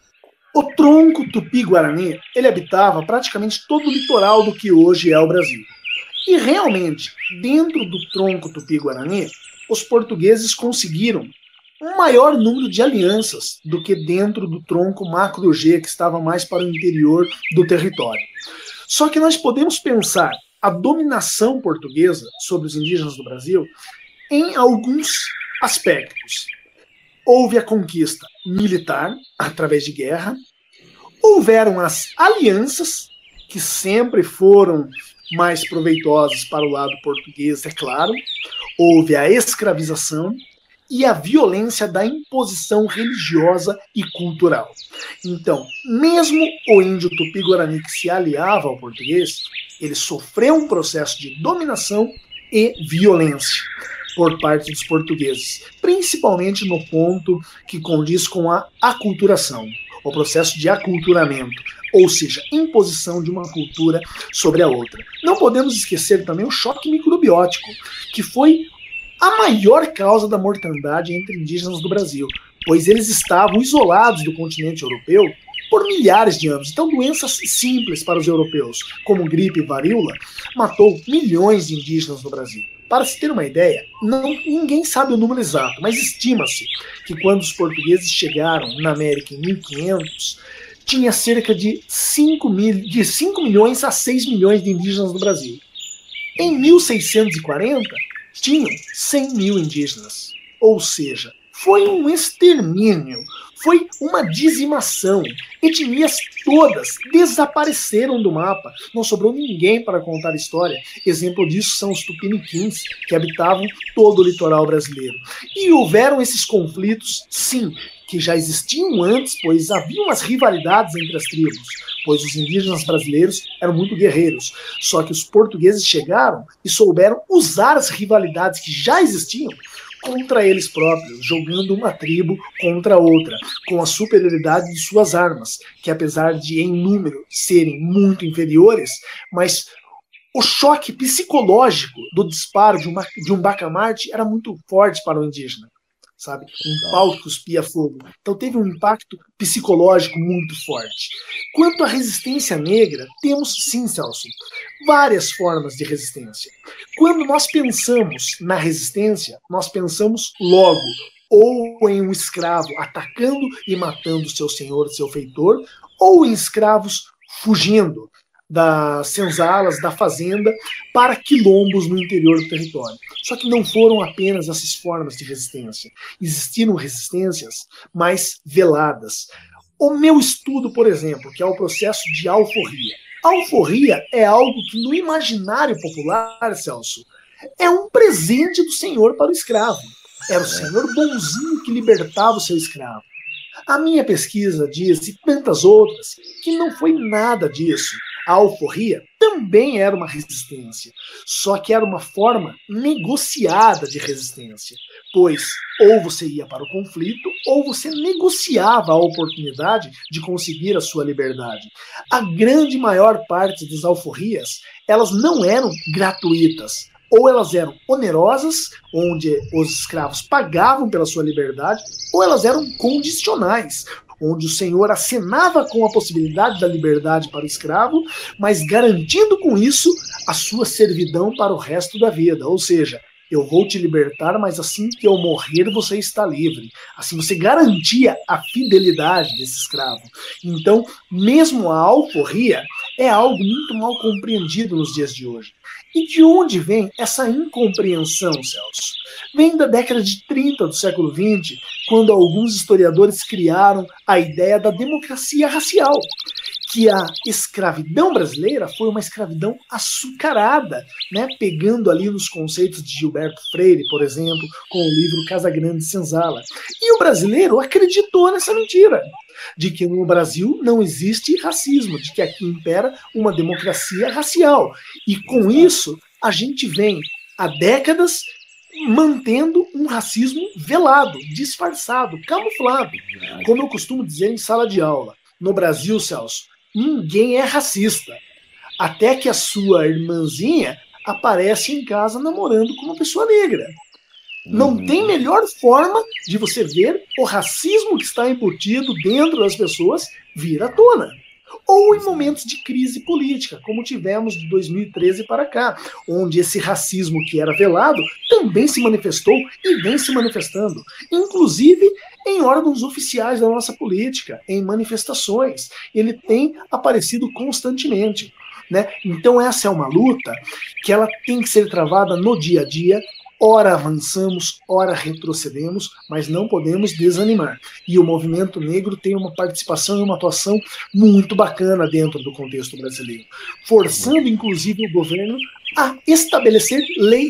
O tronco tupi-guarani, ele habitava praticamente todo o litoral do que hoje é o Brasil. E realmente, dentro do tronco tupi-guarani, os portugueses conseguiram um maior número de alianças do que dentro do tronco macro-G, que estava mais para o interior do território. Só que nós podemos pensar a dominação portuguesa sobre os indígenas do Brasil em alguns aspectos. Houve a conquista militar, através de guerra. Houveram as alianças, que sempre foram mais proveitosas para o lado português, é claro. Houve a escravização. e a violência da imposição religiosa e cultural. Então, mesmo o índio Tupi-Guarani que se aliava ao português, ele sofreu um processo de dominação e violência por parte dos portugueses, principalmente no ponto que condiz com a aculturação, o processo de aculturamento, ou seja, imposição de uma cultura sobre a outra. Não podemos esquecer também o choque microbiótico, que foi a maior causa da mortandade entre indígenas do Brasil, pois eles estavam isolados do continente europeu por milhares de anos. Então, doenças simples para os europeus, como gripe e varíola, matou milhões de indígenas no Brasil. Para se ter uma ideia, não, ninguém sabe o número exato, mas estima-se que quando os portugueses chegaram na América em mil e quinhentos, tinha cerca de cinco, mil, de cinco milhões a seis milhões de indígenas no Brasil. Em mil seiscentos e quarenta, tinham cem mil indígenas. Ou seja, foi um extermínio, foi uma dizimação. Etnias todas desapareceram do mapa. Não sobrou ninguém para contar a história. Exemplo disso são os tupiniquins, que habitavam todo o litoral brasileiro. E houveram esses conflitos, sim, que já existiam antes, pois havia umas rivalidades entre as tribos, pois os indígenas brasileiros eram muito guerreiros. Só que os portugueses chegaram e souberam usar as rivalidades que já existiam contra eles próprios, jogando uma tribo contra outra, com a superioridade de suas armas, que apesar de em número serem muito inferiores, mas o choque psicológico do disparo de, uma, de um bacamarte era muito forte para o indígena, sabe? Um pau que cuspia fogo. Então teve um impacto psicológico muito forte. Quanto à resistência negra, temos sim, Celso, várias formas de resistência. Quando nós pensamos na resistência, nós pensamos logo ou em um escravo atacando e matando seu senhor, seu feitor, ou em escravos fugindo das senzalas, da fazenda, para quilombos no interior do território. Só que não foram apenas essas formas de resistência. Existiram resistências mais veladas. O meu estudo, por exemplo, que é o processo de alforria. A alforria é algo que no imaginário popular, Celso, é um presente do senhor para o escravo. Era o senhor bonzinho que libertava o seu escravo. A minha pesquisa diz, e tantas outras, que não foi nada disso. A alforria também era uma resistência, só que era uma forma negociada de resistência, pois ou você ia para o conflito ou você negociava a oportunidade de conseguir a sua liberdade. A grande maior parte das alforrias, elas não eram gratuitas, ou elas eram onerosas, onde os escravos pagavam pela sua liberdade, ou elas eram condicionais, onde o senhor acenava com a possibilidade da liberdade para o escravo, mas garantindo com isso a sua servidão para o resto da vida. Ou seja, eu vou te libertar, mas assim que eu morrer, você está livre. Assim, você garantia a fidelidade desse escravo. Então, mesmo a alforria é algo muito mal compreendido nos dias de hoje. E de onde vem essa incompreensão, Celso? Vem da década de trinta do século vinte, quando alguns historiadores criaram a ideia da democracia racial, que a escravidão brasileira foi uma escravidão açucarada, né? Pegando ali nos conceitos de Gilberto Freire, por exemplo, com o livro Casagrande Senzala. E o brasileiro acreditou nessa mentira, de que no Brasil não existe racismo, de que aqui impera uma democracia racial. E com isso, a gente vem há décadas mantendo um racismo velado, disfarçado, camuflado. Como eu costumo dizer em sala de aula, no Brasil, Celso, ninguém é racista, até que a sua irmãzinha aparece em casa namorando com uma pessoa negra. Não uhum. tem melhor forma de você ver o racismo que está embutido dentro das pessoas vir à tona. Ou em momentos de crise política, como tivemos de dois mil e treze para cá, onde esse racismo que era velado também se manifestou e vem se manifestando, inclusive em órgãos oficiais da nossa política, em manifestações. Ele tem aparecido constantemente, né? Então essa é uma luta que ela tem que ser travada no dia a dia. Ora avançamos, ora retrocedemos, mas não podemos desanimar. E o movimento negro tem uma participação e uma atuação muito bacana dentro do contexto brasileiro, forçando inclusive o governo a estabelecer leis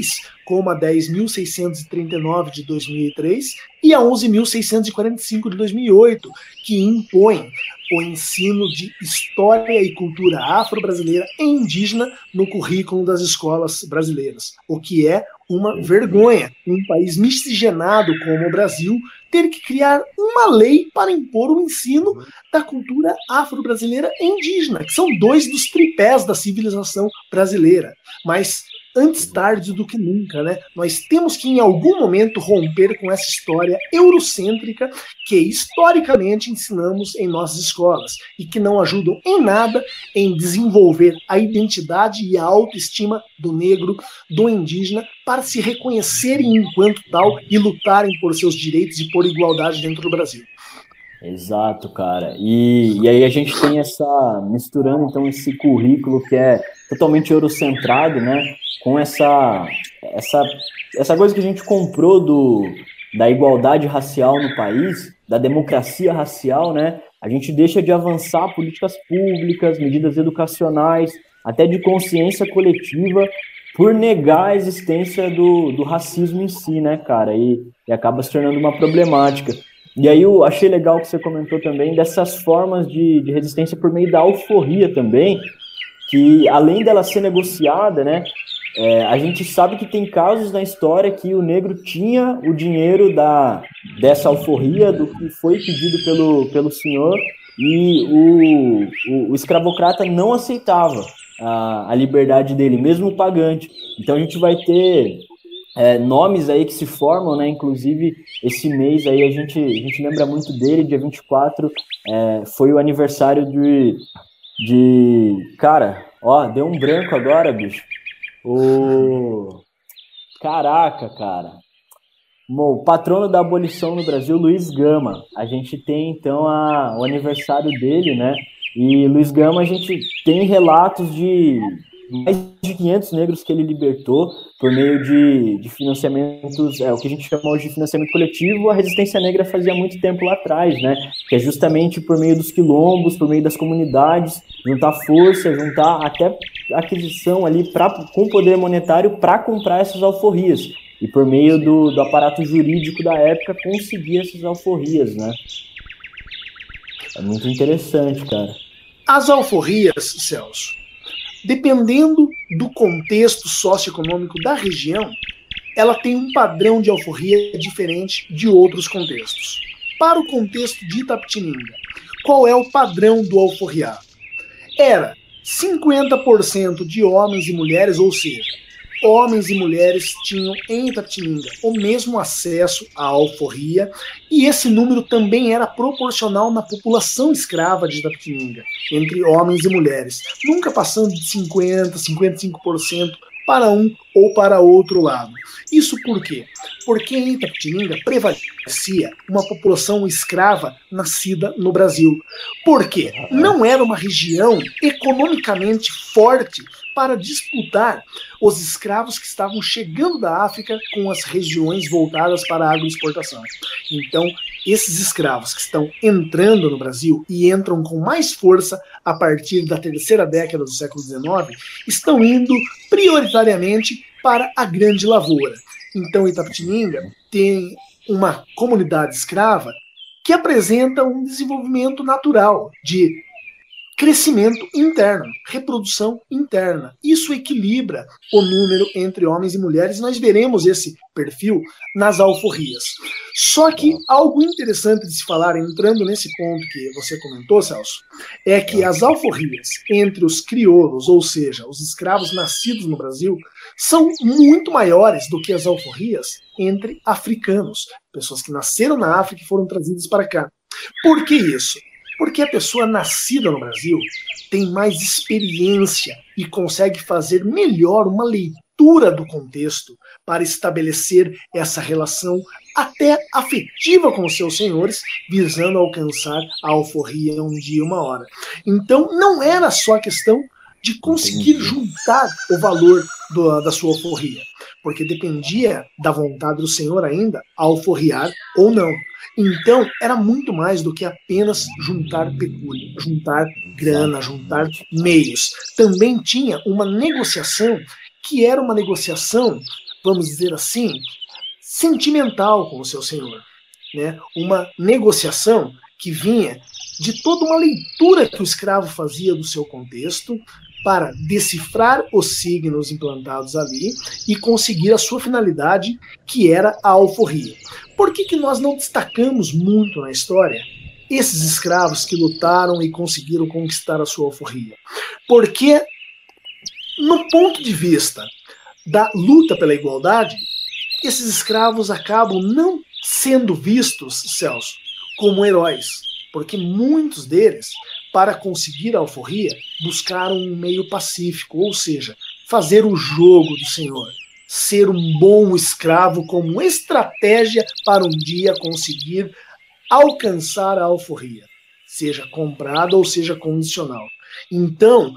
como a dez mil seiscentos e trinta e nove de dois mil e três e a onze mil seiscentos e quarenta e cinco de dois mil e oito, que impõem o ensino de história e cultura afro-brasileira e indígena no currículo das escolas brasileiras, o que é uma vergonha. Um país miscigenado como o Brasil ter que criar uma lei para impor o ensino da cultura afro-brasileira e indígena, que são dois dos tripés da civilização brasileira. Mas antes tarde do que nunca, né? Nós temos que, em algum momento, romper com essa história eurocêntrica que, historicamente, ensinamos em nossas escolas e que não ajudam em nada em desenvolver a identidade e a autoestima do negro, do indígena, para se reconhecerem enquanto tal e lutarem por seus direitos e por igualdade dentro do Brasil. Exato, cara. E, e aí a gente tem essa, misturando então esse currículo que é totalmente eurocentrado, né, com essa, essa, essa coisa que a gente comprou do, da igualdade racial no país, da democracia racial, né, a gente deixa de avançar políticas públicas, medidas educacionais, até de consciência coletiva, por negar a existência do, do racismo em si, né, cara, e, e acaba se tornando uma problemática. E aí eu achei legal que você comentou também dessas formas de, de resistência por meio da alforria também, que além dela ser negociada, né, é, a gente sabe que tem casos na história que o negro tinha o dinheiro da, dessa alforria, do que foi pedido pelo, pelo senhor, e o, o, o escravocrata não aceitava a, a liberdade dele, mesmo o pagante. Então a gente vai ter... É, nomes aí que se formam, né? Inclusive, esse mês aí a gente, a gente lembra muito dele, dia vinte e quatro, é, foi o aniversário de, de... Cara, ó, deu um branco agora, bicho. O... Caraca, cara. Bom, o patrono da abolição no Brasil, Luiz Gama. A gente tem, então, a, o aniversário dele, né? E Luiz Gama, a gente tem relatos de mais de quinhentos negros que ele libertou por meio de, de financiamentos, é o que a gente chama hoje de financiamento coletivo. A resistência negra fazia muito tempo lá atrás, né? Que é justamente por meio dos quilombos, por meio das comunidades, juntar força, juntar até aquisição ali pra, com poder monetário para comprar essas alforrias. E por meio do, do aparato jurídico da época conseguir essas alforrias, né? É muito interessante, cara. As alforrias, Celso, dependendo do contexto socioeconômico da região, ela tem um padrão de alforria diferente de outros contextos. Para o contexto de Itapetininga, qual é o padrão do alforriado? Era cinquenta por cento de homens e mulheres, ou seja, homens e mulheres tinham em Itapetininga o mesmo acesso à alforria, e esse número também era proporcional na população escrava de Itapetininga, entre homens e mulheres, nunca passando de cinquenta por cento, cinquenta e cinco por cento para um ou para outro lado. Isso por quê? Porque em Itapetininga prevalecia uma população escrava nascida no Brasil. Por quê? Não era uma região economicamente forte para disputar os escravos que estavam chegando da África com as regiões voltadas para a agroexportação. Então, esses escravos que estão entrando no Brasil e entram com mais força a partir da terceira década do século dezenove, estão indo prioritariamente para a grande lavoura. Então, Itapetininga tem uma comunidade escrava que apresenta um desenvolvimento natural de crescimento interno, reprodução interna. Isso equilibra o número entre homens e mulheres. Nós veremos esse perfil nas alforrias. Só que algo interessante de se falar, entrando nesse ponto que você comentou, Celso, é que as alforrias entre os crioulos, ou seja, os escravos nascidos no Brasil, são muito maiores do que as alforrias entre africanos, pessoas que nasceram na África e foram trazidas para cá. Por que isso? Porque a pessoa nascida no Brasil tem mais experiência e consegue fazer melhor uma leitura do contexto para estabelecer essa relação até afetiva com os seus senhores, visando alcançar a alforria um dia, uma hora. Então, não era só questão de conseguir juntar o valor do, da sua alforria, porque dependia da vontade do senhor ainda alforriar ou não. Então, era muito mais do que apenas juntar pecúlio, juntar grana, juntar meios. Também tinha uma negociação que era uma negociação vamos dizer assim, sentimental com o seu senhor, né? Uma negociação que vinha de toda uma leitura que o escravo fazia do seu contexto para decifrar os signos implantados ali e conseguir a sua finalidade, que era a alforria. Por que que nós não destacamos muito na história esses escravos que lutaram e conseguiram conquistar a sua alforria? Porque, no ponto de vista da luta pela igualdade, esses escravos acabam não sendo vistos, Celso, como heróis, porque muitos deles, para conseguir a alforria, buscaram um meio pacífico, ou seja, fazer o jogo do Senhor, ser um bom escravo como estratégia para um dia conseguir alcançar a alforria, seja comprada ou seja condicional. Então,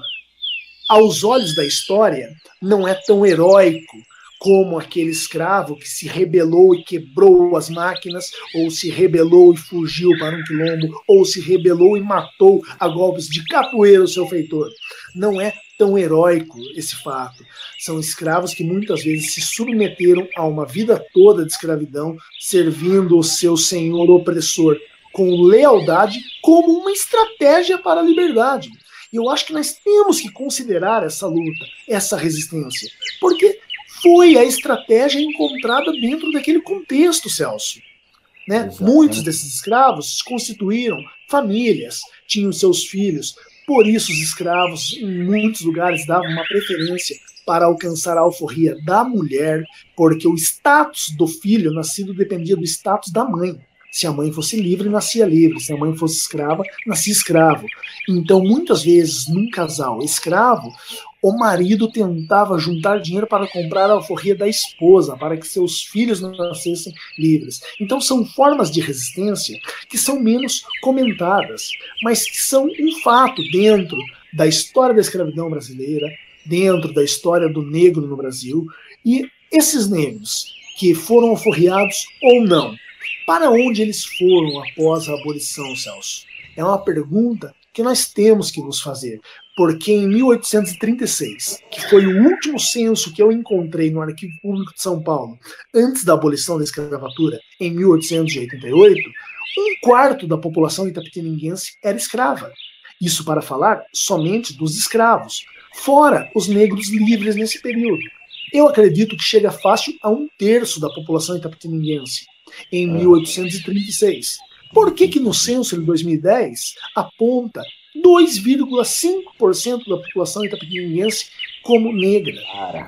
aos olhos da história, não é tão heróico como aquele escravo que se rebelou e quebrou as máquinas, ou se rebelou e fugiu para um quilombo, ou se rebelou e matou a golpes de capoeira o seu feitor. Não é tão heróico esse fato. São escravos que muitas vezes se submeteram a uma vida toda de escravidão, servindo o seu senhor opressor com lealdade como uma estratégia para a liberdade. E eu acho que nós temos que considerar essa luta, essa resistência, porque foi a estratégia encontrada dentro daquele contexto, Celso. Né? Muitos desses escravos constituíram famílias, tinham seus filhos, por isso os escravos em muitos lugares davam uma preferência para alcançar a alforria da mulher, porque o status do filho nascido dependia do status da mãe. Se a mãe fosse livre, nascia livre. Se a mãe fosse escrava, nascia escravo. Então, muitas vezes, num casal escravo, o marido tentava juntar dinheiro para comprar a alforria da esposa, para que seus filhos não nascessem livres. Então, são formas de resistência que são menos comentadas, mas que são um fato dentro da história da escravidão brasileira, dentro da história do negro no Brasil. E esses negros que foram alforriados ou não, para onde eles foram após a abolição, Celso? É uma pergunta que nós temos que nos fazer, porque em mil oitocentos e trinta e seis, que foi o último censo que eu encontrei no Arquivo Público de São Paulo, antes da abolição da escravatura, em mil oitocentos e oitenta e oito, um quarto da população itapetininguense era escrava. Isso para falar somente dos escravos, fora os negros livres nesse período. Eu acredito que chega fácil a um terço da população itapetininguense em mil oitocentos e trinta e seis. Por que que no censo de dois mil e dez aponta dois vírgula cinco por cento da população itapetininguense como negra?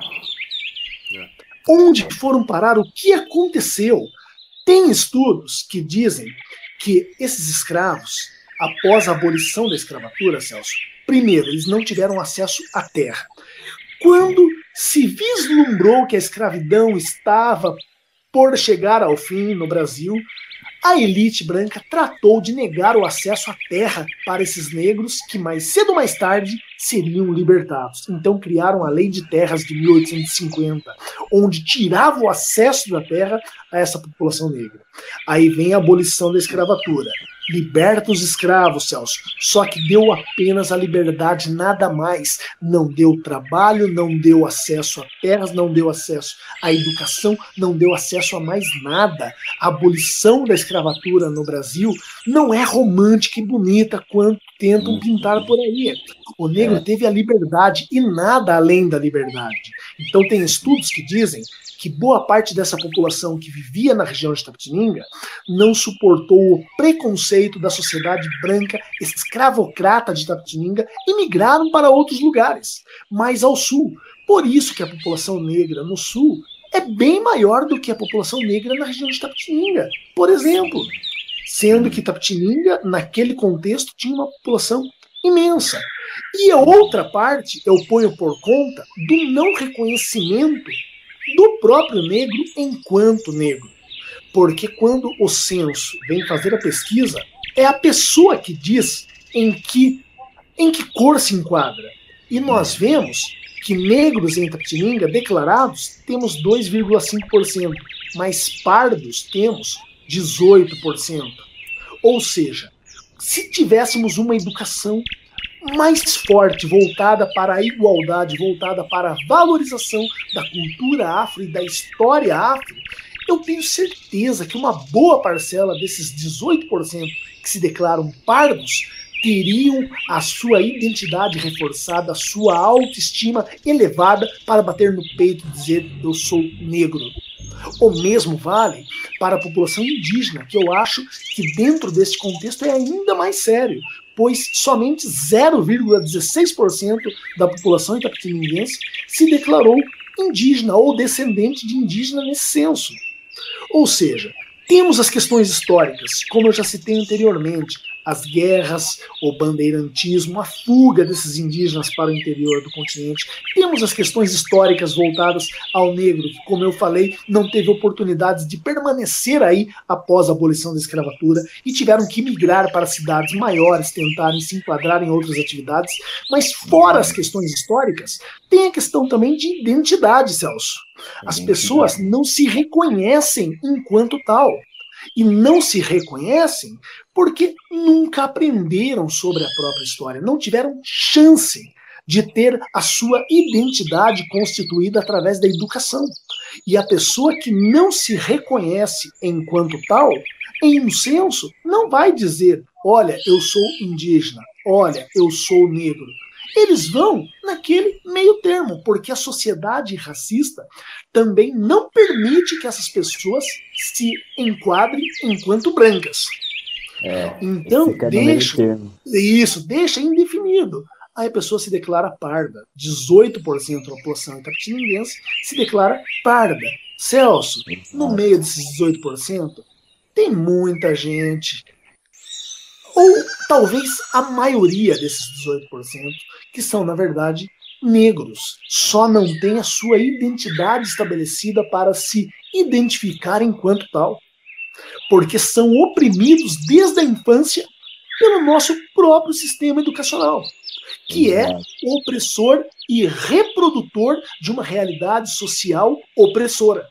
Onde foram parar? O que aconteceu? Tem estudos que dizem que esses escravos, após a abolição da escravatura, Celso, primeiro, eles não tiveram acesso à terra. Quando se vislumbrou que a escravidão estava por chegar ao fim no Brasil, a elite branca tratou de negar o acesso à terra para esses negros que mais cedo ou mais tarde seriam libertados. Então criaram a Lei de Terras de mil oitocentos e cinquenta, onde tirava o acesso da terra a essa população negra. Aí vem a abolição da escravatura. Liberta os escravos, Celso, só que deu apenas a liberdade, nada mais. Não deu trabalho, não deu acesso a terras, não deu acesso à educação, não deu acesso a mais nada. A abolição da escravatura no Brasil não é romântica e bonita quanto tentam pintar por aí. O negro teve a liberdade e nada além da liberdade. Então tem estudos que dizem que boa parte dessa população que vivia na região de Itapetininga não suportou o preconceito da sociedade branca escravocrata de Itapetininga e migraram para outros lugares, mais ao sul. Por isso que a população negra no sul é bem maior do que a população negra na região de Itapetininga, por exemplo. Sendo que Itapetininga, naquele contexto, tinha uma população imensa. E a outra parte eu ponho por conta do não reconhecimento do próprio negro enquanto negro. Porque quando o censo vem fazer a pesquisa, é a pessoa que diz em que, em que cor se enquadra. E nós vemos que negros em Itapetininga declarados temos dois vírgula cinco por cento, mas pardos temos dezoito por cento. Ou seja, se tivéssemos uma educação mais forte, voltada para a igualdade, voltada para a valorização da cultura afro e da história afro, eu tenho certeza que uma boa parcela desses dezoito por cento que se declaram pardos teriam a sua identidade reforçada, a sua autoestima elevada para bater no peito e dizer eu sou negro. O mesmo vale para a população indígena, que eu acho que dentro desse contexto é ainda mais sério, pois somente zero vírgula dezesseis por cento da população itapetininguense se declarou indígena ou descendente de indígena nesse censo. Ou seja, temos as questões históricas, como eu já citei anteriormente, as guerras, o bandeirantismo, a fuga desses indígenas para o interior do continente. Temos as questões históricas voltadas ao negro, que, como eu falei, não teve oportunidades de permanecer aí após a abolição da escravatura e tiveram que migrar para cidades maiores, tentarem se enquadrar em outras atividades. Mas fora as questões históricas, tem a questão também de identidade, Celso. As pessoas não se reconhecem enquanto tal. E não se reconhecem porque nunca aprenderam sobre a própria história, não tiveram chance de ter a sua identidade constituída através da educação. E a pessoa que não se reconhece enquanto tal, em um censo, não vai dizer, olha, eu sou indígena, olha, eu sou negro. Eles vão naquele meio termo, porque a sociedade racista também não permite que essas pessoas se enquadrem enquanto brancas. É, então, deixa isso, deixa indefinido. Aí a pessoa se declara parda. dezoito por cento da população itapetininguense se declara parda. Celso, no meio desses dezoito por cento, tem muita gente, ou talvez a maioria desses dezoito por cento, que são, na verdade, negros. Só não tem a sua identidade estabelecida para se identificar enquanto tal. Porque são oprimidos desde a infância pelo nosso próprio sistema educacional, que é opressor e reprodutor de uma realidade social opressora.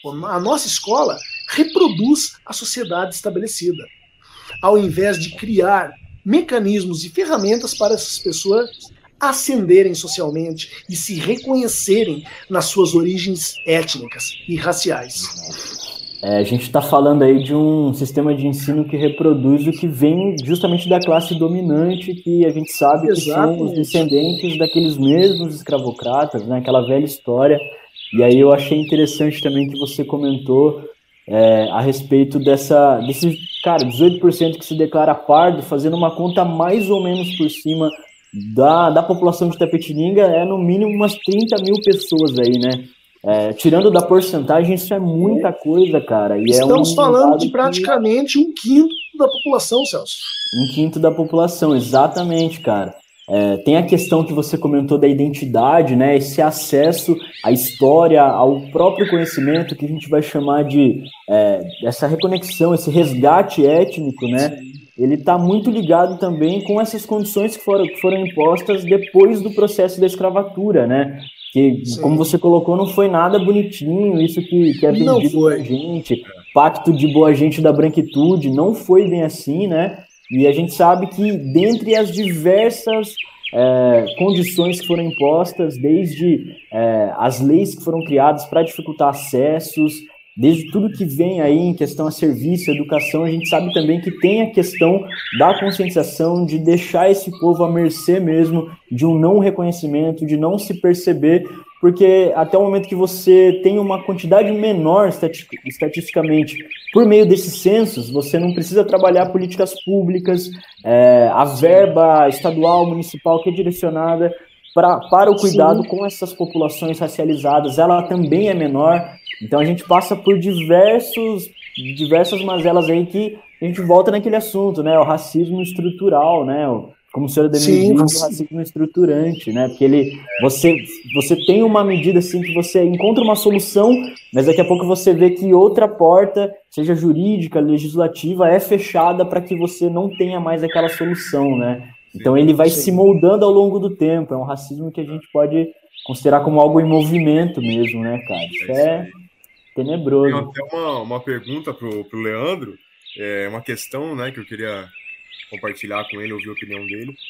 A nossa escola reproduz a sociedade estabelecida, ao invés de criar mecanismos e ferramentas para essas pessoas ascenderem socialmente e se reconhecerem nas suas origens étnicas e raciais. É, a gente está falando aí de um sistema de ensino que reproduz o que vem justamente da classe dominante, que a gente sabe que Exatamente. São os descendentes daqueles mesmos escravocratas, né? Aquela velha história. E aí eu achei interessante também que você comentou é, a respeito dessa, desse, cara, dezoito por cento que se declara pardo, fazendo uma conta mais ou menos por cima da, da população de Itapetininga, é no mínimo umas trinta mil pessoas aí, né? É, tirando da porcentagem, isso é muita coisa, cara. E Estamos é um falando de praticamente que... um quinto da população, Celso. Um quinto da população, exatamente, cara. É, tem a questão que você comentou da identidade, né? Esse acesso à história, ao próprio conhecimento, que a gente vai chamar de é, essa reconexão, esse resgate étnico, né? Ele está muito ligado também com essas condições que foram, que foram impostas depois do processo da escravatura, né? Que, Sim. como você colocou, não foi nada bonitinho, isso que, que é vendido pra gente, pacto de boa gente da branquitude, não foi bem assim, né? E a gente sabe que dentre as diversas é, condições que foram impostas, desde é, as leis que foram criadas para dificultar acessos, desde tudo que vem aí em questão a serviço, educação, a gente sabe também que tem a questão da conscientização, de deixar esse povo à mercê mesmo, de um não reconhecimento, de não se perceber, porque até o momento que você tem uma quantidade menor estatisticamente por meio desses censos, você não precisa trabalhar políticas públicas, é, a verba estadual, municipal que é direcionada pra, para o cuidado Sim. com essas populações racializadas, ela também é menor. Então a gente passa por diversos, diversas mazelas aí que a gente volta naquele assunto, né? O racismo estrutural, né? Como o senhor Ademir diz, o racismo estruturante, né? Porque ele, você, você tem uma medida assim que você encontra uma solução, mas daqui a pouco você vê que outra porta, seja jurídica, legislativa, é fechada para que você não tenha mais aquela solução, né? Então ele vai Sim. se moldando ao longo do tempo. É um racismo que a gente pode considerar como algo em movimento mesmo, né, cara? Isso é tenebroso. Tem até uma, uma pergunta pro, pro Leandro, é uma questão, né, que eu queria compartilhar com ele, ouvir a opinião dele.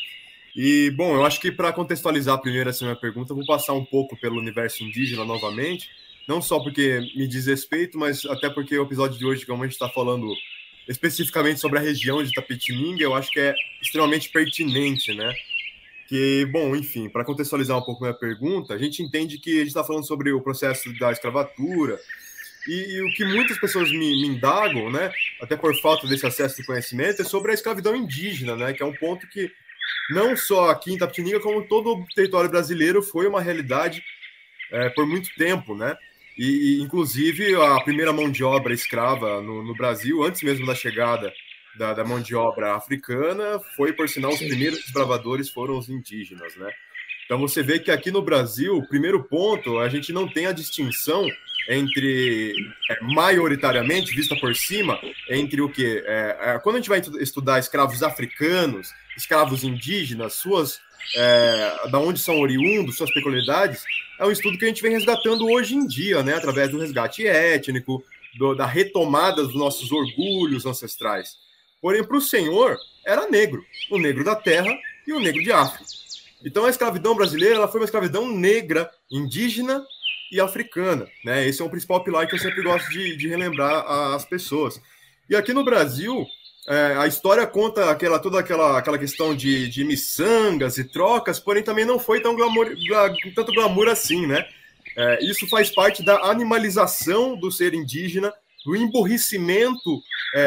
E, bom, eu acho que para contextualizar primeiro essa minha pergunta, eu vou passar um pouco pelo universo indígena novamente, não só porque me diz respeito, mas até porque o episódio de hoje, como a gente está falando especificamente sobre a região de Itapetininga, eu acho que é extremamente pertinente, né? Que, bom, enfim, para contextualizar um pouco a minha pergunta, a gente entende que a gente está falando sobre o processo da escravatura, e, e o que muitas pessoas me, me indagam, né, até por falta desse acesso de conhecimento, é sobre a escravidão indígena, né, que é um ponto que não só aqui em Itapetininga, como todo o território brasileiro foi uma realidade é, por muito tempo, né, e, e inclusive a primeira mão de obra escrava no, no Brasil, antes mesmo da chegada Da, da mão de obra africana, foi, por sinal, os primeiros desbravadores foram os indígenas, né? Então você vê que aqui no Brasil, o primeiro ponto, a gente não tem a distinção entre, é, maioritariamente, vista por cima, entre o que? É, é, quando a gente vai estudar escravos africanos, escravos indígenas, suas, é, da onde são oriundos, suas peculiaridades, é um estudo que a gente vem resgatando hoje em dia, né? Através do resgate étnico, do, da retomada dos nossos orgulhos ancestrais. Porém, para o senhor, era negro, o negro da terra e o negro de África. Então, a escravidão brasileira ela foi uma escravidão negra, indígena e africana, né? Esse é o principal pilar que eu sempre gosto de, de relembrar às pessoas. E aqui no Brasil, é, a história conta aquela, toda aquela, aquela questão de, de miçangas e trocas, porém também não foi tão glamour, tanto glamour assim, né? É, isso faz parte da animalização do ser indígena, do emburrecimento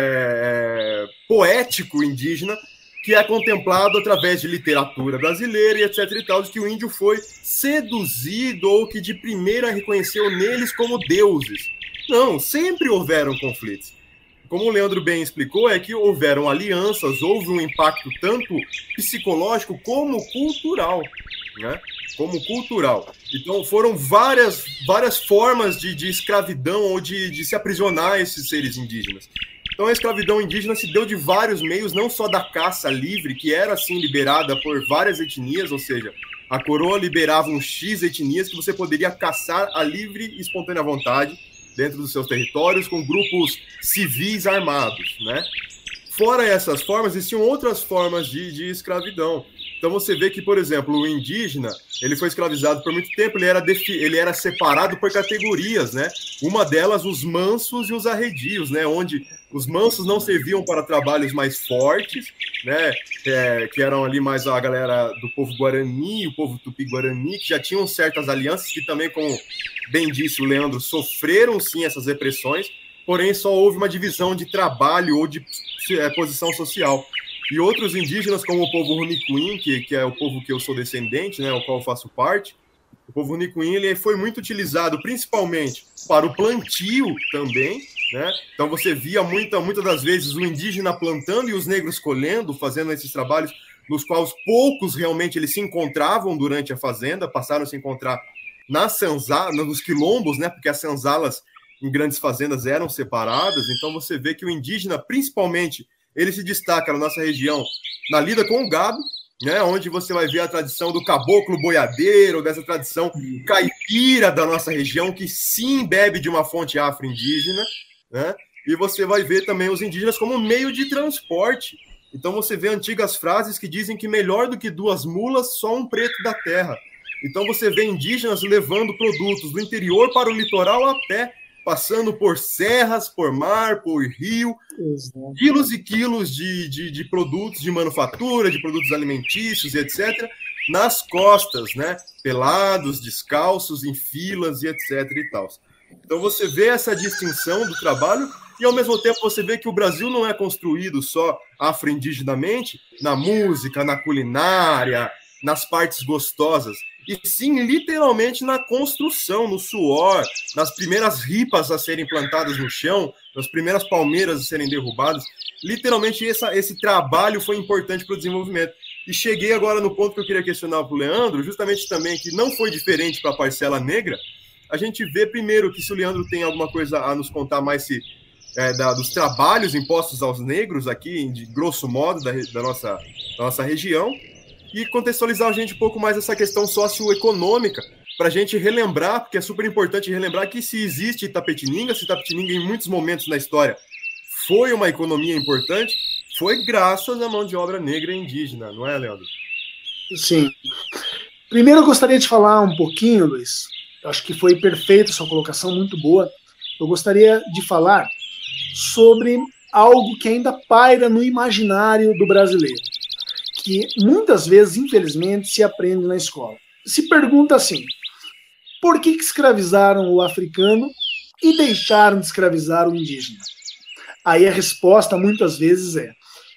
é, poético indígena, que é contemplado através de literatura brasileira e etc e tal, de que o índio foi seduzido ou que de primeira reconheceu neles como deuses. Não, sempre houveram conflitos. Como o Leandro bem explicou, é que houveram alianças, houve um impacto tanto psicológico como cultural, né? Como cultural. Então foram várias, várias formas de, de escravidão ou de, de se aprisionar esses seres indígenas. Então a escravidão indígena se deu de vários meios, não só da caça livre, que era assim liberada por várias etnias, ou seja, a coroa liberava um X etnias que você poderia caçar a livre e espontânea vontade dentro dos seus territórios com grupos civis armados, né? Fora essas formas, existiam outras formas de, de escravidão. Então você vê que, por exemplo, o indígena, ele foi escravizado por muito tempo, ele era, defi- ele era separado por categorias, né? Uma delas, os mansos e os arredios, né? Onde os mansos não serviam para trabalhos mais fortes, né? É, que eram ali mais a galera do povo Guarani, o povo Tupi-Guarani, que já tinham certas alianças, que também, como bem disse o Leandro, sofreram sim essas repressões, porém só houve uma divisão de trabalho ou de é, posição social. E outros indígenas, como o povo Runicuim, que, que é o povo que eu sou descendente, né, o qual eu faço parte, o povo Runicuim ele foi muito utilizado principalmente para o plantio também, né? Então você via muita, muitas das vezes o indígena plantando e os negros colhendo, fazendo esses trabalhos nos quais poucos realmente eles se encontravam durante a fazenda, passaram a se encontrar nas senzalas, nos quilombos, né? Porque as senzalas em grandes fazendas eram separadas, então você vê que o indígena, principalmente, ele se destaca na nossa região na lida com o gado, né, onde você vai ver a tradição do caboclo boiadeiro, dessa tradição caipira da nossa região, que sim bebe de uma fonte afro-indígena, né, e você vai ver também os indígenas como meio de transporte. Então você vê antigas frases que dizem que melhor do que duas mulas, só um preto da terra. Então você vê indígenas levando produtos do interior para o litoral a pé, passando por serras, por mar, por rio, Exato. quilos e quilos de, de, de produtos de manufatura, de produtos alimentícios, etcétera, nas costas, né? Pelados, descalços, em filas e etc e tal. Então você vê essa distinção do trabalho e, ao mesmo tempo, você vê que o Brasil não é construído só afro-indigenamente, na música, na culinária, nas partes gostosas, e sim, literalmente, na construção, no suor, nas primeiras ripas a serem plantadas no chão, nas primeiras palmeiras a serem derrubadas. Literalmente, essa, esse trabalho foi importante para o desenvolvimento. E cheguei agora no ponto que eu queria questionar para o Leandro, justamente também que não foi diferente para a parcela negra. A gente vê, primeiro, que se o Leandro tem alguma coisa a nos contar mais se, é, da, dos trabalhos impostos aos negros aqui, de grosso modo, da, da, nossa, da nossa região, e contextualizar a gente um pouco mais essa questão socioeconômica, para a gente relembrar, porque é super importante relembrar que se existe Itapetininga, se Itapetininga em muitos momentos na história foi uma economia importante, foi graças à mão de obra negra e indígena, não é, Leandro? Sim. Primeiro eu gostaria de falar um pouquinho, Luiz, eu acho que foi perfeita a sua colocação, muito boa. Eu gostaria de falar sobre algo que ainda paira no imaginário do brasileiro, que muitas vezes, infelizmente, se aprende na escola. Se pergunta assim, por que que escravizaram o africano e deixaram de escravizar o indígena? Aí a resposta, muitas vezes, é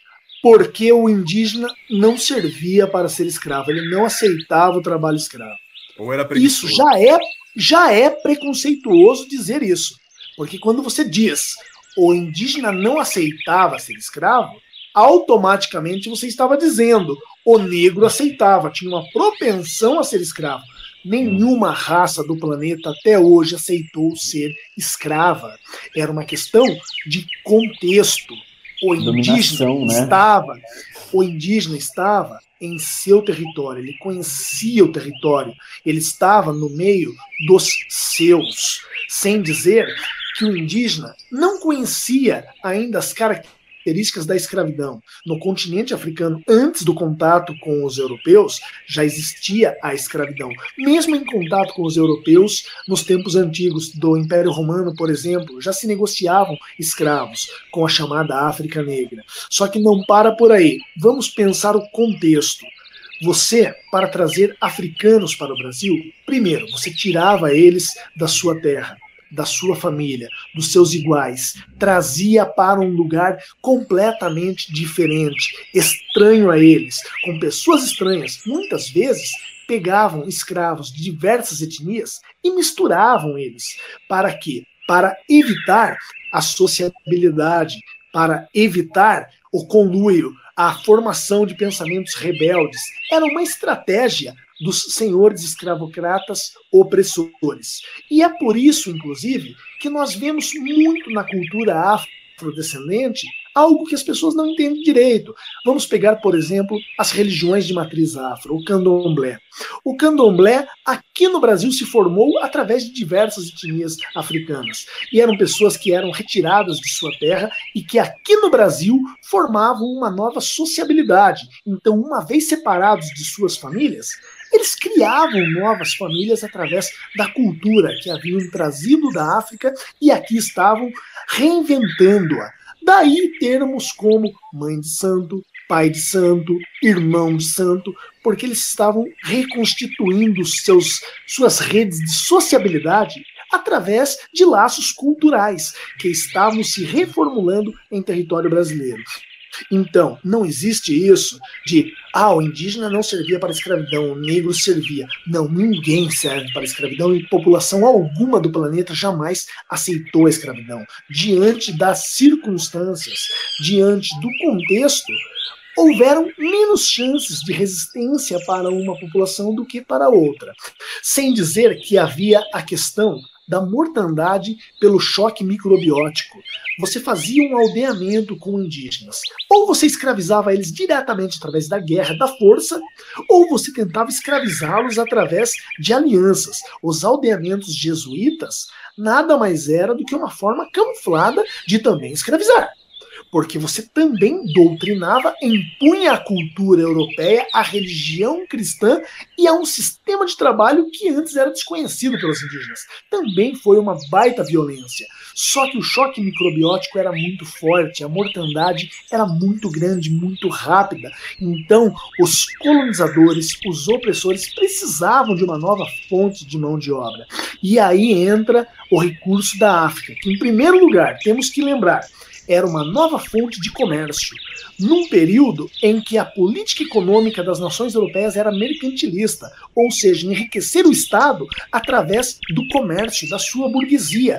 porque o indígena não servia para ser escravo, ele não aceitava o trabalho escravo. Ou era isso já é, já é preconceituoso dizer isso, porque quando você diz o indígena não aceitava ser escravo, automaticamente você estava dizendo o negro aceitava, tinha uma propensão a ser escravo. Nenhuma raça do planeta até hoje aceitou ser escrava. Era uma questão de contexto. O indígena né? estava, o indígena estava em seu território, ele conhecia o território, ele estava no meio dos seus, sem dizer que o indígena não conhecia ainda as características da escravidão. No continente africano, antes do contato com os europeus, já existia a escravidão. Mesmo em contato com os europeus, nos tempos antigos do Império Romano, por exemplo, já se negociavam escravos com a chamada África Negra. Só que não para por aí. Vamos pensar o contexto. Você, para trazer africanos para o Brasil, primeiro, você tirava eles da sua terra, da sua família, dos seus iguais, trazia para um lugar completamente diferente, estranho a eles, com pessoas estranhas. Muitas vezes pegavam escravos de diversas etnias e misturavam eles. Para quê? Para evitar a sociabilidade, para evitar o conluio, a formação de pensamentos rebeldes. Era uma estratégia dos senhores escravocratas opressores. E é por isso, inclusive, que nós vemos muito na cultura afrodescendente algo que as pessoas não entendem direito. Vamos pegar, por exemplo, as religiões de matriz afro, o candomblé. O candomblé, aqui no Brasil, se formou através de diversas etnias africanas. E eram pessoas que eram retiradas de sua terra e que aqui no Brasil formavam uma nova sociabilidade. Então, uma vez separados de suas famílias, eles criavam novas famílias através da cultura que haviam trazido da África e aqui estavam reinventando-a. Daí termos como mãe de santo, pai de santo, irmão de santo, porque eles estavam reconstituindo seus, suas redes de sociabilidade através de laços culturais que estavam se reformulando em território brasileiro. Então, não existe isso de, ah, o indígena não servia para a escravidão, o negro servia. Não, ninguém serve para a escravidão e população alguma do planeta jamais aceitou a escravidão. Diante das circunstâncias, diante do contexto, houveram menos chances de resistência para uma população do que para outra. Sem dizer que havia a questão da mortandade pelo choque microbiótico. Você fazia um aldeamento com indígenas. Ou você escravizava eles diretamente através da guerra, da força, ou você tentava escravizá-los através de alianças. Os aldeamentos jesuítas nada mais era do que uma forma camuflada de também escravizar. Porque você também doutrinava, impunha a cultura europeia, a religião cristã e a um sistema de trabalho que antes era desconhecido pelos indígenas. Também foi uma baita violência. Só que o choque microbiótico era muito forte, a mortandade era muito grande, muito rápida. Então, os colonizadores, os opressores, precisavam de uma nova fonte de mão de obra. E aí entra o recurso da África, que, em primeiro lugar, temos que lembrar, era uma nova fonte de comércio, num período em que a política econômica das nações europeias era mercantilista, ou seja, enriquecer o Estado através do comércio, da sua burguesia.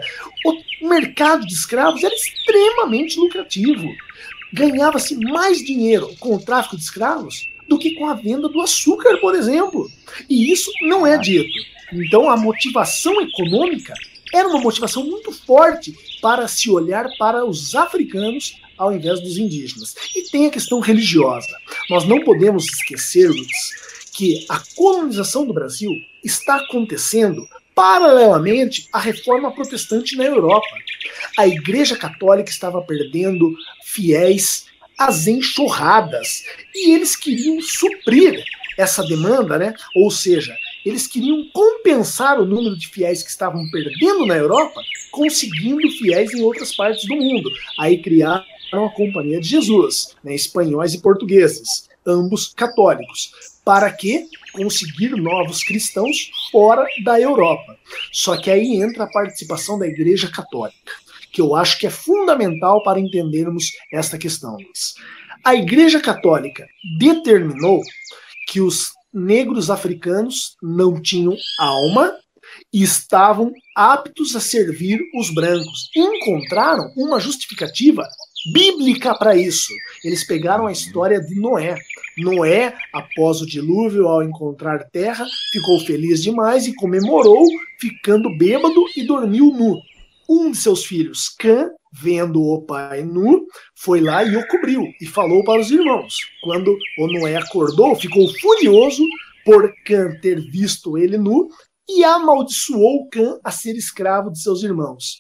O mercado de escravos era extremamente lucrativo. Ganhava-se mais dinheiro com o tráfico de escravos do que com a venda do açúcar, por exemplo. E isso não é dito. Então, a motivação econômica era uma motivação muito forte para se olhar para os africanos ao invés dos indígenas. E tem a questão religiosa. Nós não podemos esquecer, Luiz, que a colonização do Brasil está acontecendo paralelamente à reforma protestante na Europa. A Igreja Católica estava perdendo fiéis as enxurradas. E eles queriam suprir essa demanda, né? Ou seja, eles queriam compensar o número de fiéis que estavam perdendo na Europa, conseguindo fiéis em outras partes do mundo. Aí criaram a Companhia de Jesus, né? Espanhóis e portugueses, ambos católicos. Para quê? Conseguir novos cristãos fora da Europa. Só que aí entra a participação da Igreja Católica, que eu acho que é fundamental para entendermos esta questão, Luiz. A Igreja Católica determinou que os negros africanos não tinham alma e estavam aptos a servir os brancos. Encontraram uma justificativa bíblica para isso. Eles pegaram a história de Noé. Noé, após o dilúvio, ao encontrar terra, ficou feliz demais e comemorou, ficando bêbado e dormiu nu. Um de seus filhos, Cã, vendo o pai nu, foi lá e o cobriu e falou para os irmãos. Quando o Noé acordou, ficou furioso por Cã ter visto ele nu e amaldiçoou Cã a ser escravo de seus irmãos.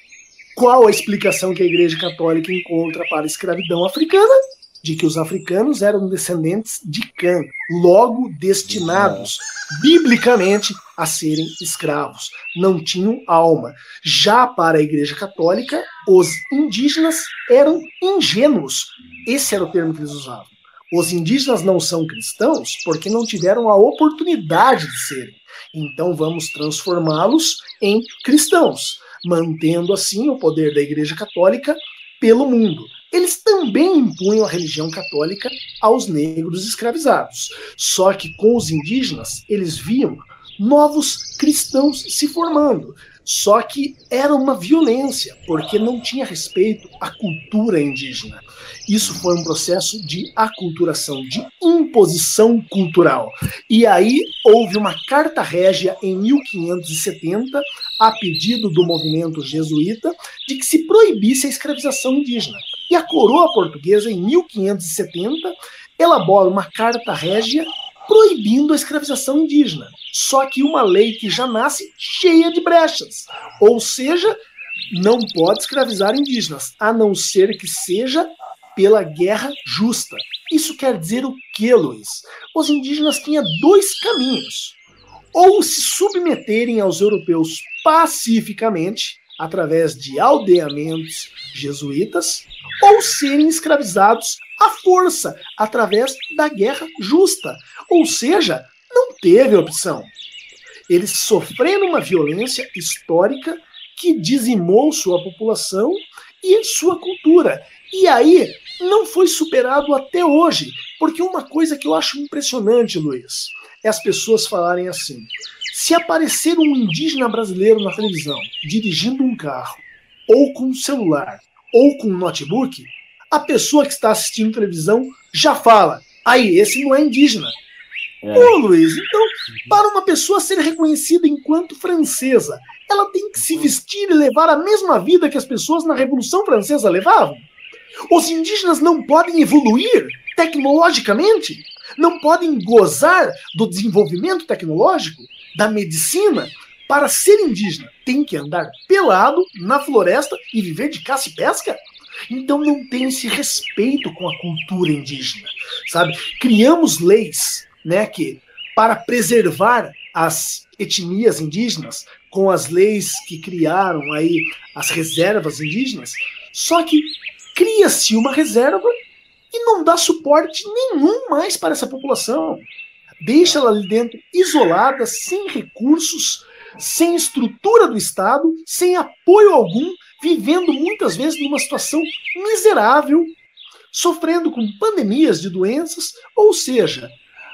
Qual a explicação que a Igreja Católica encontra para a escravidão africana? De que os africanos eram descendentes de Cã, logo destinados, biblicamente, a serem escravos. Não tinham alma. Já para a Igreja Católica, os indígenas eram ingênuos. Esse era o termo que eles usavam. Os indígenas não são cristãos porque não tiveram a oportunidade de serem. Então vamos transformá-los em cristãos, mantendo assim o poder da Igreja Católica pelo mundo. Eles também impunham a religião católica aos negros escravizados. Só que com os indígenas, eles viam novos cristãos se formando. Só que era uma violência, porque não tinha respeito à cultura indígena. Isso foi um processo de aculturação, de imposição cultural. E aí houve uma carta régia em mil quinhentos e setenta, a pedido do movimento jesuíta, de que se proibisse a escravização indígena. E a coroa portuguesa, em mil quinhentos e setenta, elabora uma carta régia proibindo a escravização indígena. Só que uma lei que já nasce cheia de brechas. Ou seja, não pode escravizar indígenas, a não ser que seja pela guerra justa. Isso quer dizer o quê, Luiz? Os indígenas tinham dois caminhos. Ou se submeterem aos europeus pacificamente, através de aldeamentos jesuítas, ou serem escravizados à força, através da guerra justa. Ou seja, não teve opção. Eles sofreram uma violência histórica que dizimou sua população e sua cultura. E aí, não foi superado até hoje. Porque uma coisa que eu acho impressionante, Luiz, é as pessoas falarem assim: se aparecer um indígena brasileiro na televisão, dirigindo um carro, ou com um celular, ou com um notebook, a pessoa que está assistindo televisão já fala: aí, esse não é indígena. É. Ô, Luiz, então, para uma pessoa ser reconhecida enquanto francesa, ela tem que se vestir e levar a mesma vida que as pessoas na Revolução Francesa levavam? Os indígenas não podem evoluir tecnologicamente? Não podem gozar do desenvolvimento tecnológico, da medicina? Para ser indígena, tem que andar pelado na floresta e viver de caça e pesca? Então não tem esse respeito com a cultura indígena, sabe? Criamos leis, né, que para preservar as etnias indígenas, com as leis que criaram aí as reservas indígenas, só que cria-se uma reserva e não dá suporte nenhum mais para essa população. Deixa ela ali dentro isolada, sem recursos, sem estrutura do Estado, sem apoio algum, vivendo muitas vezes numa situação miserável, sofrendo com pandemias de doenças, ou seja,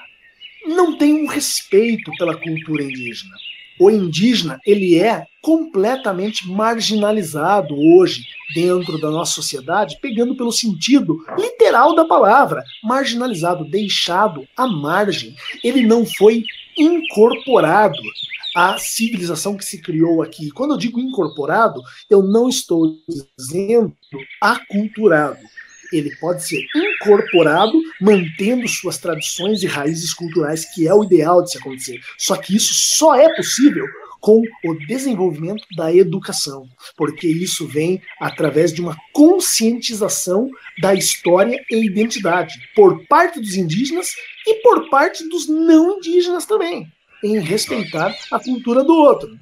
não tem um respeito pela cultura indígena. O indígena, ele é completamente marginalizado hoje dentro da nossa sociedade, pegando pelo sentido literal da palavra, marginalizado, deixado à margem. Ele não foi incorporado à civilização que se criou aqui. Quando eu digo incorporado, eu não estou dizendo aculturado. Ele pode ser incorporado, mantendo suas tradições e raízes culturais, que é o ideal de se acontecer. Só que isso só é possível com o desenvolvimento da educação, porque isso vem através de uma conscientização da história e identidade, por parte dos indígenas e por parte dos não indígenas também, em respeitar a cultura do outro.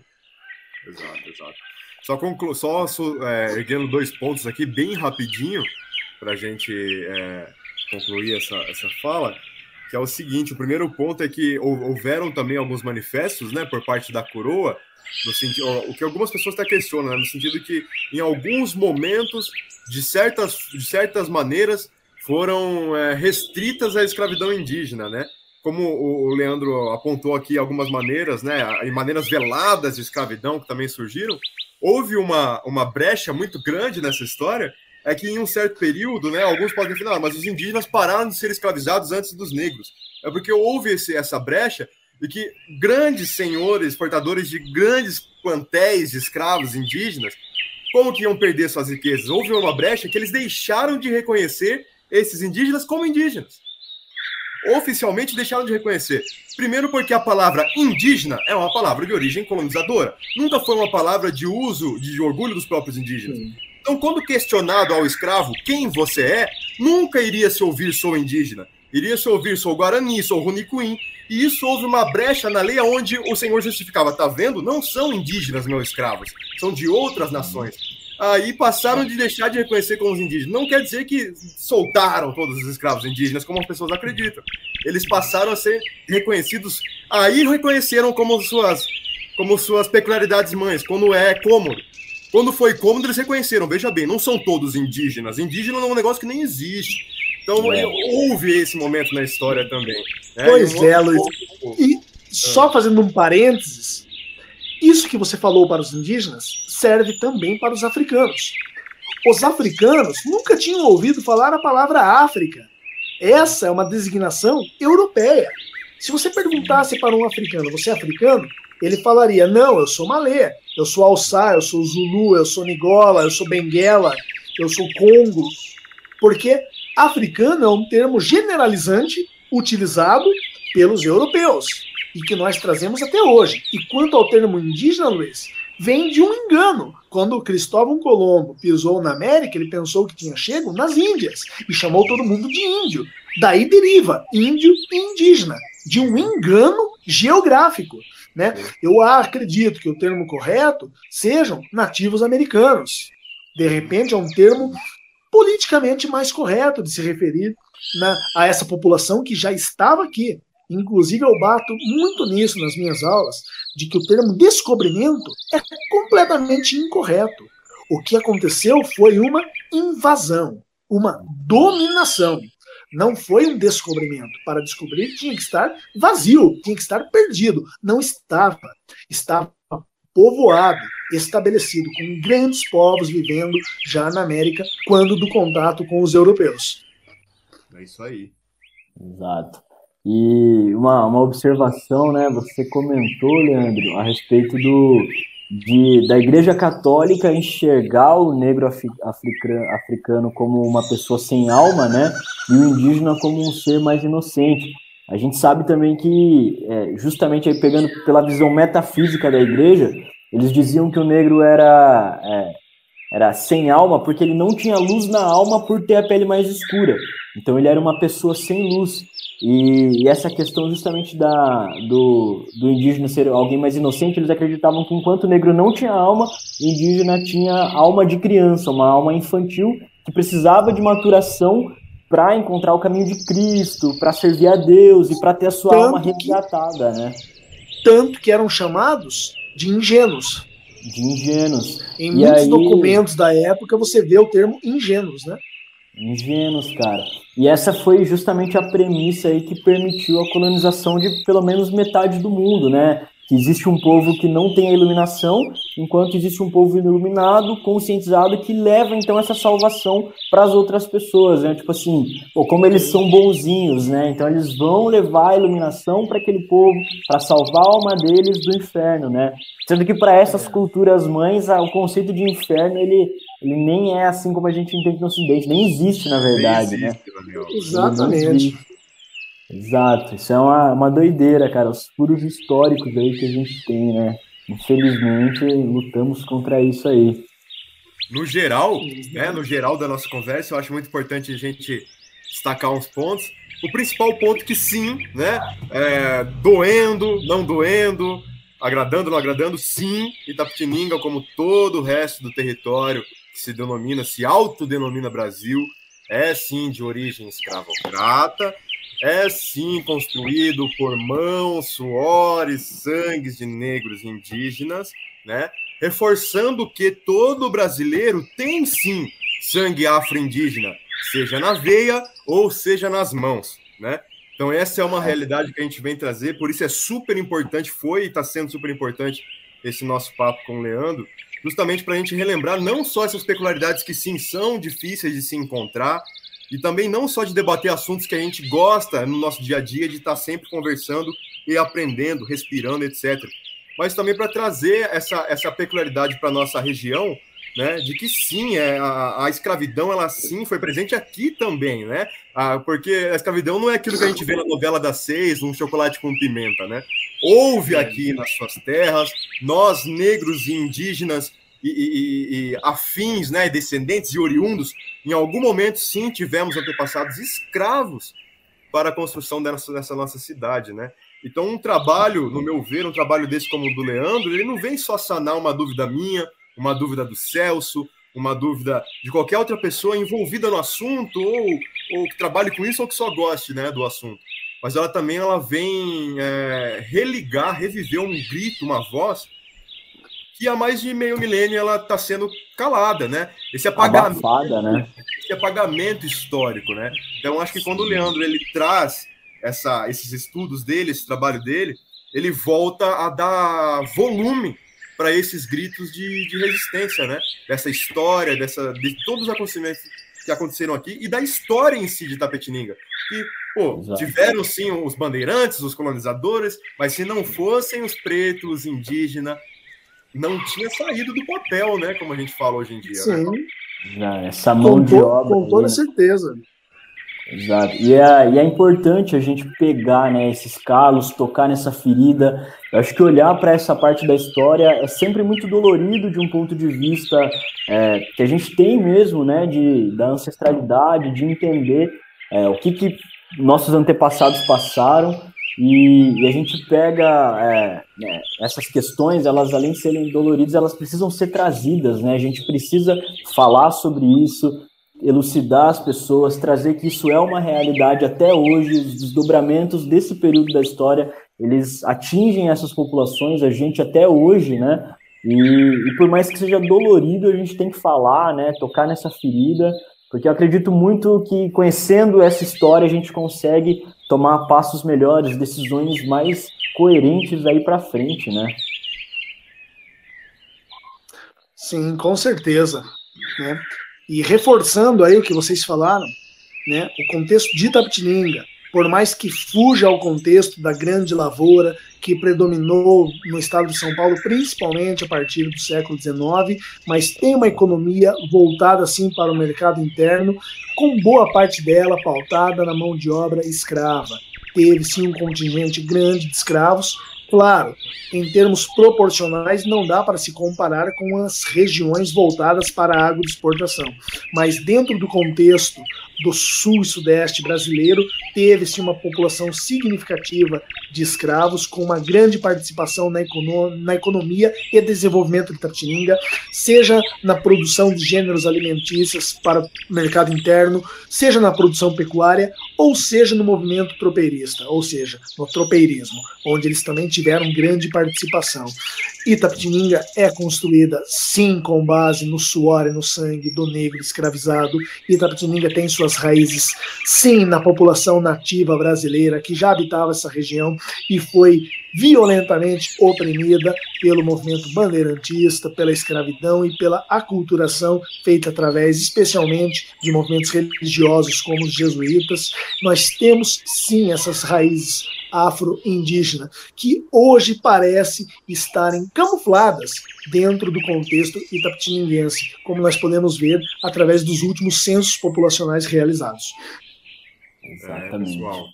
Exato, exato. Só, conclu... Só é, erguendo dois pontos aqui, bem rapidinho, para a gente é, concluir essa, essa fala, que é o seguinte: o primeiro ponto é que houveram também alguns manifestos, né, por parte da coroa, no sentido, o que algumas pessoas até questionam, né, no sentido que em alguns momentos, de certas, de certas maneiras, foram é, restritas à escravidão indígena, né? Como o Leandro apontou aqui algumas maneiras, né, maneiras veladas de escravidão que também surgiram, houve uma, uma brecha muito grande nessa história, é que em um certo período, né, alguns podem falar, mas os indígenas pararam de ser escravizados antes dos negros. É porque houve esse, essa brecha de que grandes senhores, portadores de grandes plantéis de escravos indígenas, como que iam perder suas riquezas? Houve uma brecha que eles deixaram de reconhecer esses indígenas como indígenas. Oficialmente deixaram de reconhecer. Primeiro porque a palavra indígena é uma palavra de origem colonizadora. Nunca foi uma palavra de uso, de orgulho dos próprios indígenas. Sim. Então, quando questionado ao escravo quem você é, nunca iria se ouvir sou indígena. Iria se ouvir sou Guarani, sou Runicuim. E isso houve uma brecha na lei onde o senhor justificava. Tá vendo? Não são indígenas meus escravos. São de outras nações. Aí passaram de deixar de reconhecer como os indígenas. Não quer dizer que soltaram todos os escravos indígenas, como as pessoas acreditam. Eles passaram a ser reconhecidos. Aí reconheceram como suas, como suas peculiaridades mães, quando é cômodo. Quando foi cômodo, eles reconheceram. Veja bem, não são todos indígenas. Indígena é um negócio que nem existe. Então, é. houve esse momento na história também. Né? Pois um é, Luiz. E só fazendo um parênteses, isso que você falou para os indígenas serve também para os africanos. Os africanos nunca tinham ouvido falar a palavra África. Essa é uma designação europeia. Se você perguntasse para um africano, você é africano? Ele falaria, não, eu sou malê, eu sou alçá, eu sou zulu, eu sou nigola, eu sou benguela, eu sou congo. Porque africano é um termo generalizante utilizado pelos europeus e que nós trazemos até hoje. E quanto ao termo indígena, Luiz, vem de um engano. Quando Cristóvão Colombo pisou na América, ele pensou que tinha chego nas Índias e chamou todo mundo de índio. Daí deriva índio e indígena, de um engano geográfico. Né? Eu acredito que o termo correto sejam nativos americanos. De repente é um termo politicamente mais correto de se referir na, a essa população que já estava aqui. Inclusive, eu bato muito nisso nas minhas aulas, de que o termo descobrimento é completamente incorreto. O que aconteceu foi uma invasão, uma dominação. Não foi um descobrimento. Para descobrir, tinha que estar vazio, tinha que estar perdido. Não estava. Estava povoado, estabelecido, com grandes povos vivendo já na América, quando do contato com os europeus. É isso aí. Exato. E uma, uma observação, né? Você comentou, Leandro, a respeito do, de, da Igreja Católica enxergar o negro africano, africano como uma pessoa sem alma, né? E o indígena como um ser mais inocente. A gente sabe também que, é, justamente aí pegando pela visão metafísica da Igreja, eles diziam que o negro era, é, era sem alma porque ele não tinha luz na alma por ter a pele mais escura. Então ele era uma pessoa sem luz. E, e essa questão justamente da, do, do indígena ser alguém mais inocente, eles acreditavam que enquanto o negro não tinha alma, o indígena tinha alma de criança, uma alma infantil que precisava de maturação para encontrar o caminho de Cristo, para servir a Deus e para ter a sua tanto alma resgatada, que, né? Tanto que eram chamados de ingênuos. De ingênuos. Em e muitos aí... documentos da época você vê o termo ingênuos, né? Ingênuos, cara. E essa foi justamente a premissa aí que permitiu a colonização de pelo menos metade do mundo, né? Que existe um povo que não tem a iluminação, enquanto existe um povo iluminado, conscientizado, que leva então essa salvação para as outras pessoas, né? Tipo assim, pô, como eles são bonzinhos, né? Então eles vão levar a iluminação para aquele povo, para salvar a alma deles do inferno, né? Sendo que para essas culturas mães, o conceito de inferno, ele, ele nem é assim como a gente entende no Ocidente, nem existe, na verdade, nem existe, né? Daniel. Exatamente. Exato, isso é uma, uma doideira, cara, os furos históricos aí que a gente tem, né? infelizmente, lutamos contra isso aí. No geral, né, no geral da nossa conversa, eu acho muito importante a gente destacar uns pontos. O principal ponto que sim, né, é, doendo, não doendo, agradando, não agradando, sim, Itapetininga, como todo o resto do território que se denomina, se autodenomina Brasil, é sim de origem escravocrata, é sim construído por mãos, suores, sangues de negros indígenas, né? Reforçando que todo brasileiro tem sim sangue afro-indígena, seja na veia ou seja nas mãos, né? Então essa é uma realidade que a gente vem trazer, por isso é super importante, foi e está sendo super importante esse nosso papo com o Leandro, justamente para a gente relembrar não só essas peculiaridades que sim são difíceis de se encontrar, e também não só de debater assuntos que a gente gosta no nosso dia a dia, de estar sempre conversando e aprendendo, respirando, etcétera. Mas também para trazer essa, essa peculiaridade para a nossa região, né, de que sim, é, a, a escravidão, ela sim foi presente aqui também, né? Ah, porque a escravidão não é aquilo que a gente vê na novela das seis, um chocolate com pimenta, né? Houve aqui nas suas terras, nós negros e indígenas e, e, e afins, né, descendentes e oriundos, em algum momento, sim, tivemos antepassados escravos para a construção dessa, dessa nossa cidade, né? Então, um trabalho, no meu ver, um trabalho desse como o do Leandro, ele não vem só sanar uma dúvida minha, uma dúvida do Celso, uma dúvida de qualquer outra pessoa envolvida no assunto, ou, ou que trabalhe com isso, ou que só goste, né, do assunto. Mas ela também ela vem é, religar, reviver um grito, uma voz, que há mais de meio milênio ela está sendo calada, né? Esse apagamento, abafada, né? Esse apagamento histórico, né? Então, acho que quando o Leandro ele traz essa, esses estudos dele, esse trabalho dele, ele volta a dar volume para esses gritos de, de resistência, né? Dessa história, dessa, de todos os acontecimentos que aconteceram aqui e da história em si de Itapetininga. Que, pô, Exato. tiveram sim os bandeirantes, os colonizadores, mas se não fossem os pretos, os indígenas, não tinha saído do papel, né? Como a gente fala hoje em dia. Sim. Né? Essa mão com de obra. Com toda certeza. Exato. E é, e é importante a gente pegar, né, esses calos, tocar nessa ferida. Eu acho que olhar para essa parte da história é sempre muito dolorido de um ponto de vista é, que a gente tem mesmo, né, de, da ancestralidade, de entender é, o que, que nossos antepassados passaram. E, e a gente pega é, né, essas questões, elas além de serem doloridas, elas precisam ser trazidas, né? A gente precisa falar sobre isso, elucidar as pessoas, trazer que isso é uma realidade até hoje, os desdobramentos desse período da história, eles atingem essas populações, a gente até hoje, né? E, e por mais que seja dolorido, a gente tem que falar, né? Tocar nessa ferida, porque eu acredito muito que conhecendo essa história a gente consegue tomar passos melhores, decisões mais coerentes aí para frente, né? Sim, com certeza, né? E reforçando aí o que vocês falaram, né? O contexto de Itapetininga, por mais que fuja ao contexto da grande lavoura que predominou no estado de São Paulo, principalmente a partir do século dezenove, mas tem uma economia voltada assim para o mercado interno, com boa parte dela pautada na mão de obra escrava. Teve sim um contingente grande de escravos. Claro, em termos proporcionais, não dá para se comparar com as regiões voltadas para a agroexportação, mas dentro do contexto do sul e sudeste brasileiro, teve-se uma população significativa de escravos, com uma grande participação na, econo na economia e desenvolvimento de Itapetininga, seja na produção de gêneros alimentícios para o mercado interno, seja na produção pecuária, ou seja no movimento tropeirista, ou seja, no tropeirismo, onde eles também tiveram grande participação. Itapetininga é construída, sim, com base no suor e no sangue do negro escravizado. Itapetininga tem suas raízes, sim, na população nativa brasileira que já habitava essa região e foi violentamente oprimida pelo movimento bandeirantista, pela escravidão e pela aculturação feita através, especialmente, de movimentos religiosos como os jesuítas. Nós temos, sim, essas raízes afro-indígena, que hoje parece estarem camufladas dentro do contexto itapetininguense, como nós podemos ver através dos últimos censos populacionais realizados. Exatamente. É, pessoal.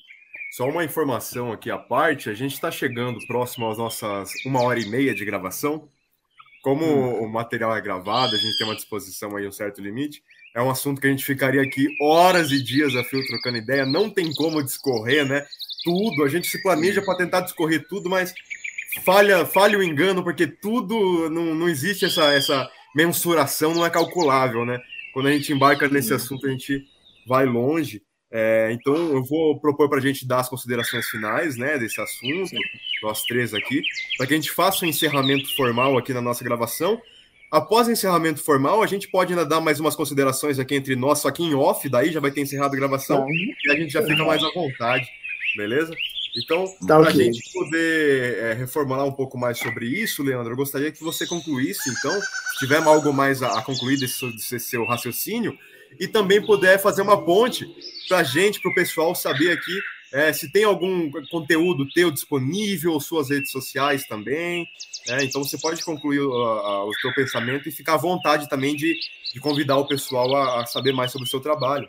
Só uma informação aqui à parte, a gente está chegando próximo às nossas uma hora e meia de gravação. Como hum. o material é gravado, a gente tem uma disposição aí, um certo limite, é um assunto que a gente ficaria aqui horas e dias a fio trocando ideia, não tem como discorrer, né? Tudo, a gente se planeja para tentar discorrer tudo, mas falha, falha o engano, porque tudo, não, não existe essa, essa mensuração, não é calculável, né? Quando a gente embarca nesse assunto, a gente vai longe. É, então, eu vou propor para a gente dar as considerações finais, né, desse assunto, Sim. nós três aqui, para que a gente faça um encerramento formal aqui na nossa gravação. Após o encerramento formal, a gente pode ainda dar mais umas considerações aqui entre nós, só que em off, daí já vai ter encerrado a gravação, Sim. e a gente já fica mais à vontade, beleza? Então, tá, para a okay. gente poder é, reformular um pouco mais sobre isso, Leandro, eu gostaria que você concluísse, então, se tiver algo mais a, a concluir desse, desse seu raciocínio, e também puder fazer uma ponte para a gente, para o pessoal saber aqui é, se tem algum conteúdo teu disponível, suas redes sociais também. É, então você pode concluir uh, uh, o teu pensamento e ficar à vontade também de, de convidar o pessoal a, a saber mais sobre o seu trabalho.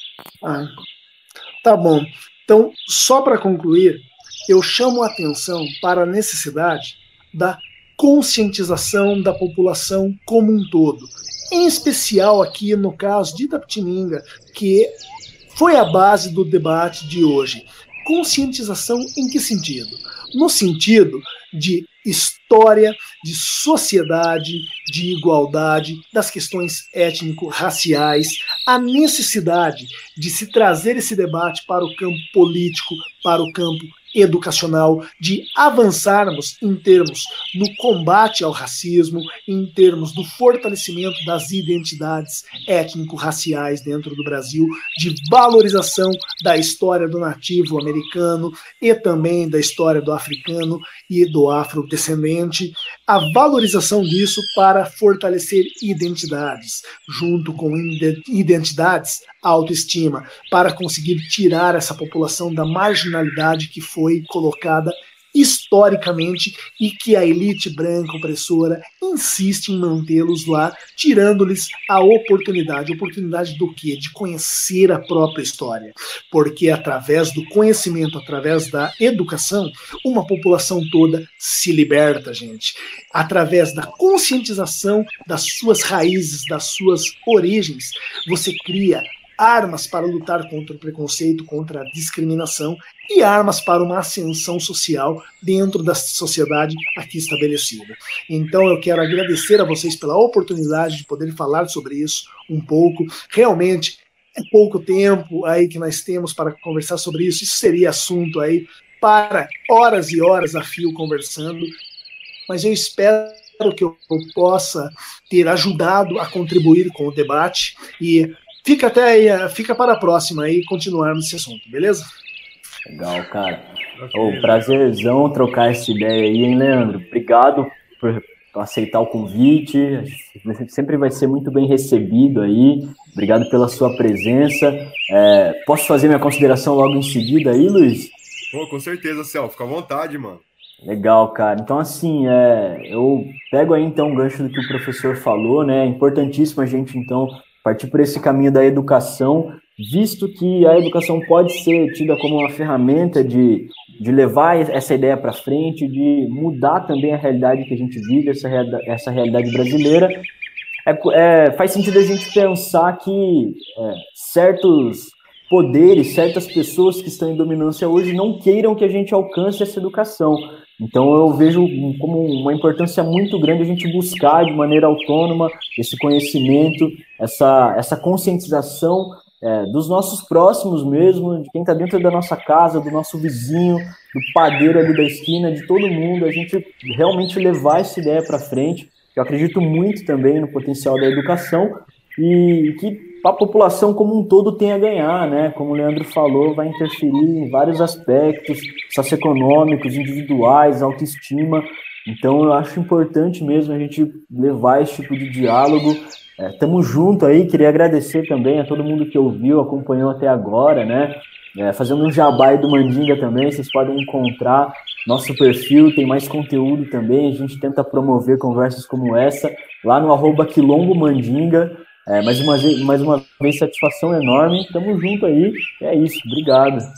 Ah, tá bom. Então, só para concluir, eu chamo a atenção para a necessidade da conscientização da população como um todo. Em especial aqui no caso de Itapetininga, que foi a base do debate de hoje. Conscientização em que sentido? No sentido de história, de sociedade, de igualdade, das questões étnico-raciais, a necessidade de se trazer esse debate para o campo político, para o campo educacional, de avançarmos em termos no combate ao racismo, em termos do fortalecimento das identidades étnico-raciais dentro do Brasil, de valorização da história do nativo americano e também da história do africano e do afrodescendente, a valorização disso para fortalecer identidades, junto com identidades, autoestima, para conseguir tirar essa população da marginalidade que foi colocada historicamente e que a elite branca opressora insiste em mantê-los lá, tirando-lhes a oportunidade. Oportunidade do quê? De conhecer a própria história. Porque através do conhecimento, através da educação, uma população toda se liberta, gente. Através da conscientização das suas raízes, das suas origens, você cria armas para lutar contra o preconceito, contra a discriminação e armas para uma ascensão social dentro da sociedade aqui estabelecida. Então eu quero agradecer a vocês pela oportunidade de poder falar sobre isso um pouco. Realmente é pouco tempo aí que nós temos para conversar sobre isso. Isso seria assunto aí para horas e horas a fio conversando, mas eu espero que eu possa ter ajudado a contribuir com o debate e Fica até aí, fica para a próxima aí continuarmos esse assunto, beleza? Legal, cara. Oh, prazerzão trocar essa ideia aí, hein, Leandro? Obrigado por aceitar o convite. Sempre vai ser muito bem recebido aí. Obrigado pela sua presença. É, posso fazer minha consideração logo em seguida aí, Luiz? Pô, com certeza, Céu. Fica à vontade, mano. Legal, cara. Então, assim, é, eu pego aí, então, o gancho do que o professor falou, né? É importantíssimo a gente, então, partir por esse caminho da educação, visto que a educação pode ser tida como uma ferramenta de, de levar essa ideia para frente, de mudar também a realidade que a gente vive, essa, essa realidade brasileira. É, é, faz sentido a gente pensar que é, certos poderes, certas pessoas que estão em dominância hoje não queiram que a gente alcance essa educação. Então eu vejo como uma importância muito grande a gente buscar de maneira autônoma esse conhecimento, essa, essa conscientização é, dos nossos próximos mesmo, de quem está dentro da nossa casa, do nosso vizinho, do padeiro ali da esquina, de todo mundo, a gente realmente levar essa ideia para frente. Eu acredito muito também no potencial da educação e que a população como um todo tem a ganhar, né? Como o Leandro falou, vai interferir em vários aspectos socioeconômicos, individuais, autoestima. Então, eu acho importante mesmo a gente levar esse tipo de diálogo. Estamos é, juntos aí, queria agradecer também a todo mundo que ouviu, acompanhou até agora, né? É, fazendo um jabá aí do Mandinga também, vocês podem encontrar nosso perfil, tem mais conteúdo também, a gente tenta promover conversas como essa lá no arroba Quilombo Mandinga. É, mais, uma vez, mais uma vez, satisfação enorme. Tamo junto aí. É isso. Obrigado.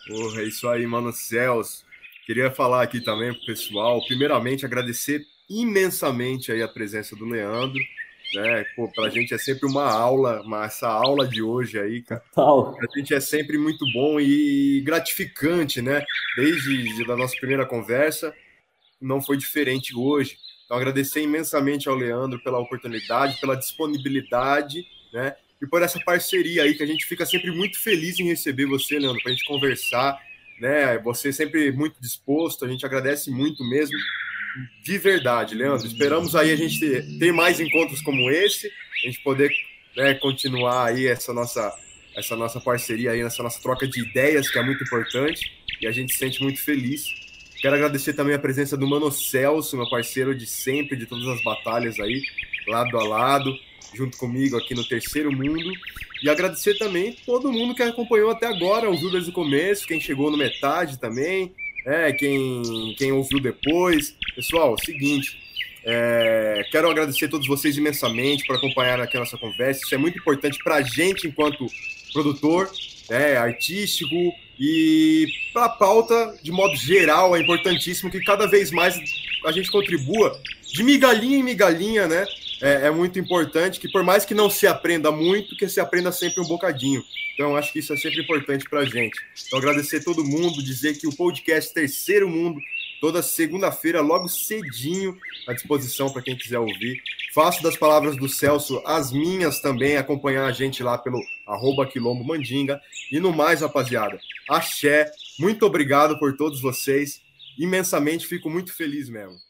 Porra, é isso aí, mano. Celso. Queria falar aqui também pro pessoal. Primeiramente, agradecer imensamente aí a presença do Leandro. Né? Pô, pra gente é sempre uma aula, mas essa aula de hoje aí, cara, Total. pra gente é sempre muito bom e gratificante, né? Desde a nossa primeira conversa, não foi diferente hoje. Então, agradecer imensamente ao Leandro pela oportunidade, pela disponibilidade, né? E por essa parceria aí, que a gente fica sempre muito feliz em receber você, Leandro, pra gente conversar, né? Você sempre muito disposto, a gente agradece muito mesmo. De verdade, Leandro. Esperamos aí a gente ter, ter mais encontros como esse, a gente poder, né, continuar aí essa nossa, essa nossa parceria aí, essa nossa troca de ideias, que é muito importante, e a gente se sente muito feliz. Quero agradecer também a presença do Mano Celso, meu parceiro de sempre, de todas as batalhas aí, lado a lado, junto comigo aqui no Terceiro Mundo. E agradecer também todo mundo que acompanhou até agora, ouviu desde o começo, quem chegou no metade também, é, quem, quem ouviu depois. Pessoal, seguinte, é, quero agradecer a todos vocês imensamente por acompanhar aqui a nossa conversa. Isso é muito importante para a gente enquanto produtor, né, artístico, e para a pauta de modo geral. É importantíssimo que cada vez mais a gente contribua de migalhinha em migalhinha, né? É, é muito importante que, por mais que não se aprenda muito, que se aprenda sempre um bocadinho. Então, acho que isso é sempre importante para a gente. Então, agradecer a todo mundo, dizer que o podcast Terceiro Mundo, toda segunda-feira, logo cedinho, à disposição para quem quiser ouvir. Faço das palavras do Celso as minhas também, acompanhar a gente lá pelo arroba Quilombo Mandinga. E no mais, rapaziada, axé, muito obrigado por todos vocês. Imensamente, fico muito feliz mesmo.